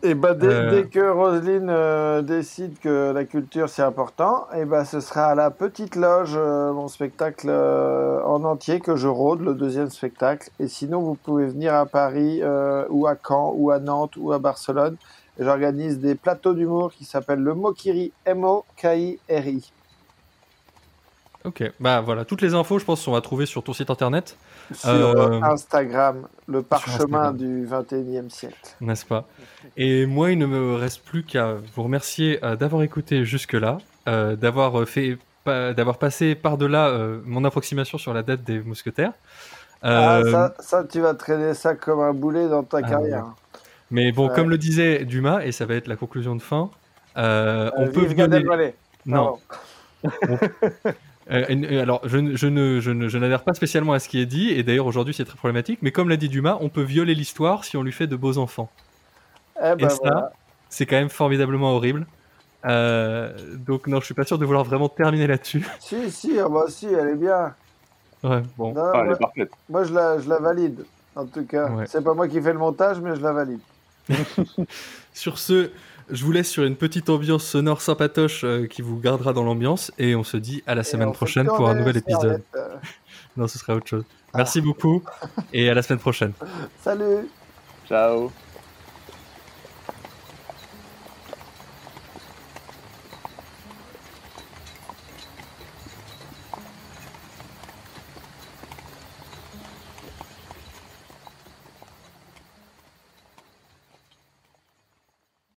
Et bah, dès Euh, que Roselyne décide que la culture c'est important, et bah, ce sera à la Petite Loge, mon spectacle en entier que je rôde, le deuxième spectacle. Et sinon, vous pouvez venir à Paris ou à Caen ou à Nantes ou à Barcelone. Et j'organise des plateaux d'humour qui s'appellent le Mokiri, M-O-K-I-R-I. Ok, bah voilà, toutes les infos, je pense, on va trouver sur ton site internet, Sur Instagram, le sur parchemin Instagram, du 21e siècle. n'est-ce pas? Et moi, il ne me reste plus qu'à vous remercier d'avoir écouté jusque-là, d'avoir passé par-delà mon approximation sur la date des mousquetaires. Ah, Euh, ça, tu vas traîner ça comme un boulet dans ta ah, carrière. Mais bon, Ouais. comme le disait Dumas, et ça va être la conclusion de fin, on peut Vive Gad violer. Elmaleh. Non. Pardon. Alors, je n'adhère pas spécialement à ce qui est dit, et d'ailleurs aujourd'hui c'est très problématique, mais comme l'a dit Dumas, on peut violer l'histoire si on lui fait de beaux enfants. Eh Et ben ça, voilà. c'est quand même formidablement horrible. Donc non, je suis pas sûr de vouloir vraiment terminer là-dessus. Si, ah bah si, elle est bien. Ouais, bon, Non, Ah, elle moi, est parfaite. moi, je la valide, en tout cas. ouais. C'est pas moi qui fais le montage, mais je la valide. Sur ce, je vous laisse sur une petite ambiance sonore sympatoche qui vous gardera dans l'ambiance, et on se dit à la Et semaine on fait prochaine pour un tourner nouvel les épisode. serviettes. Non, ce serait autre chose. Ah. Merci beaucoup, et à la semaine prochaine. Salut! Ciao.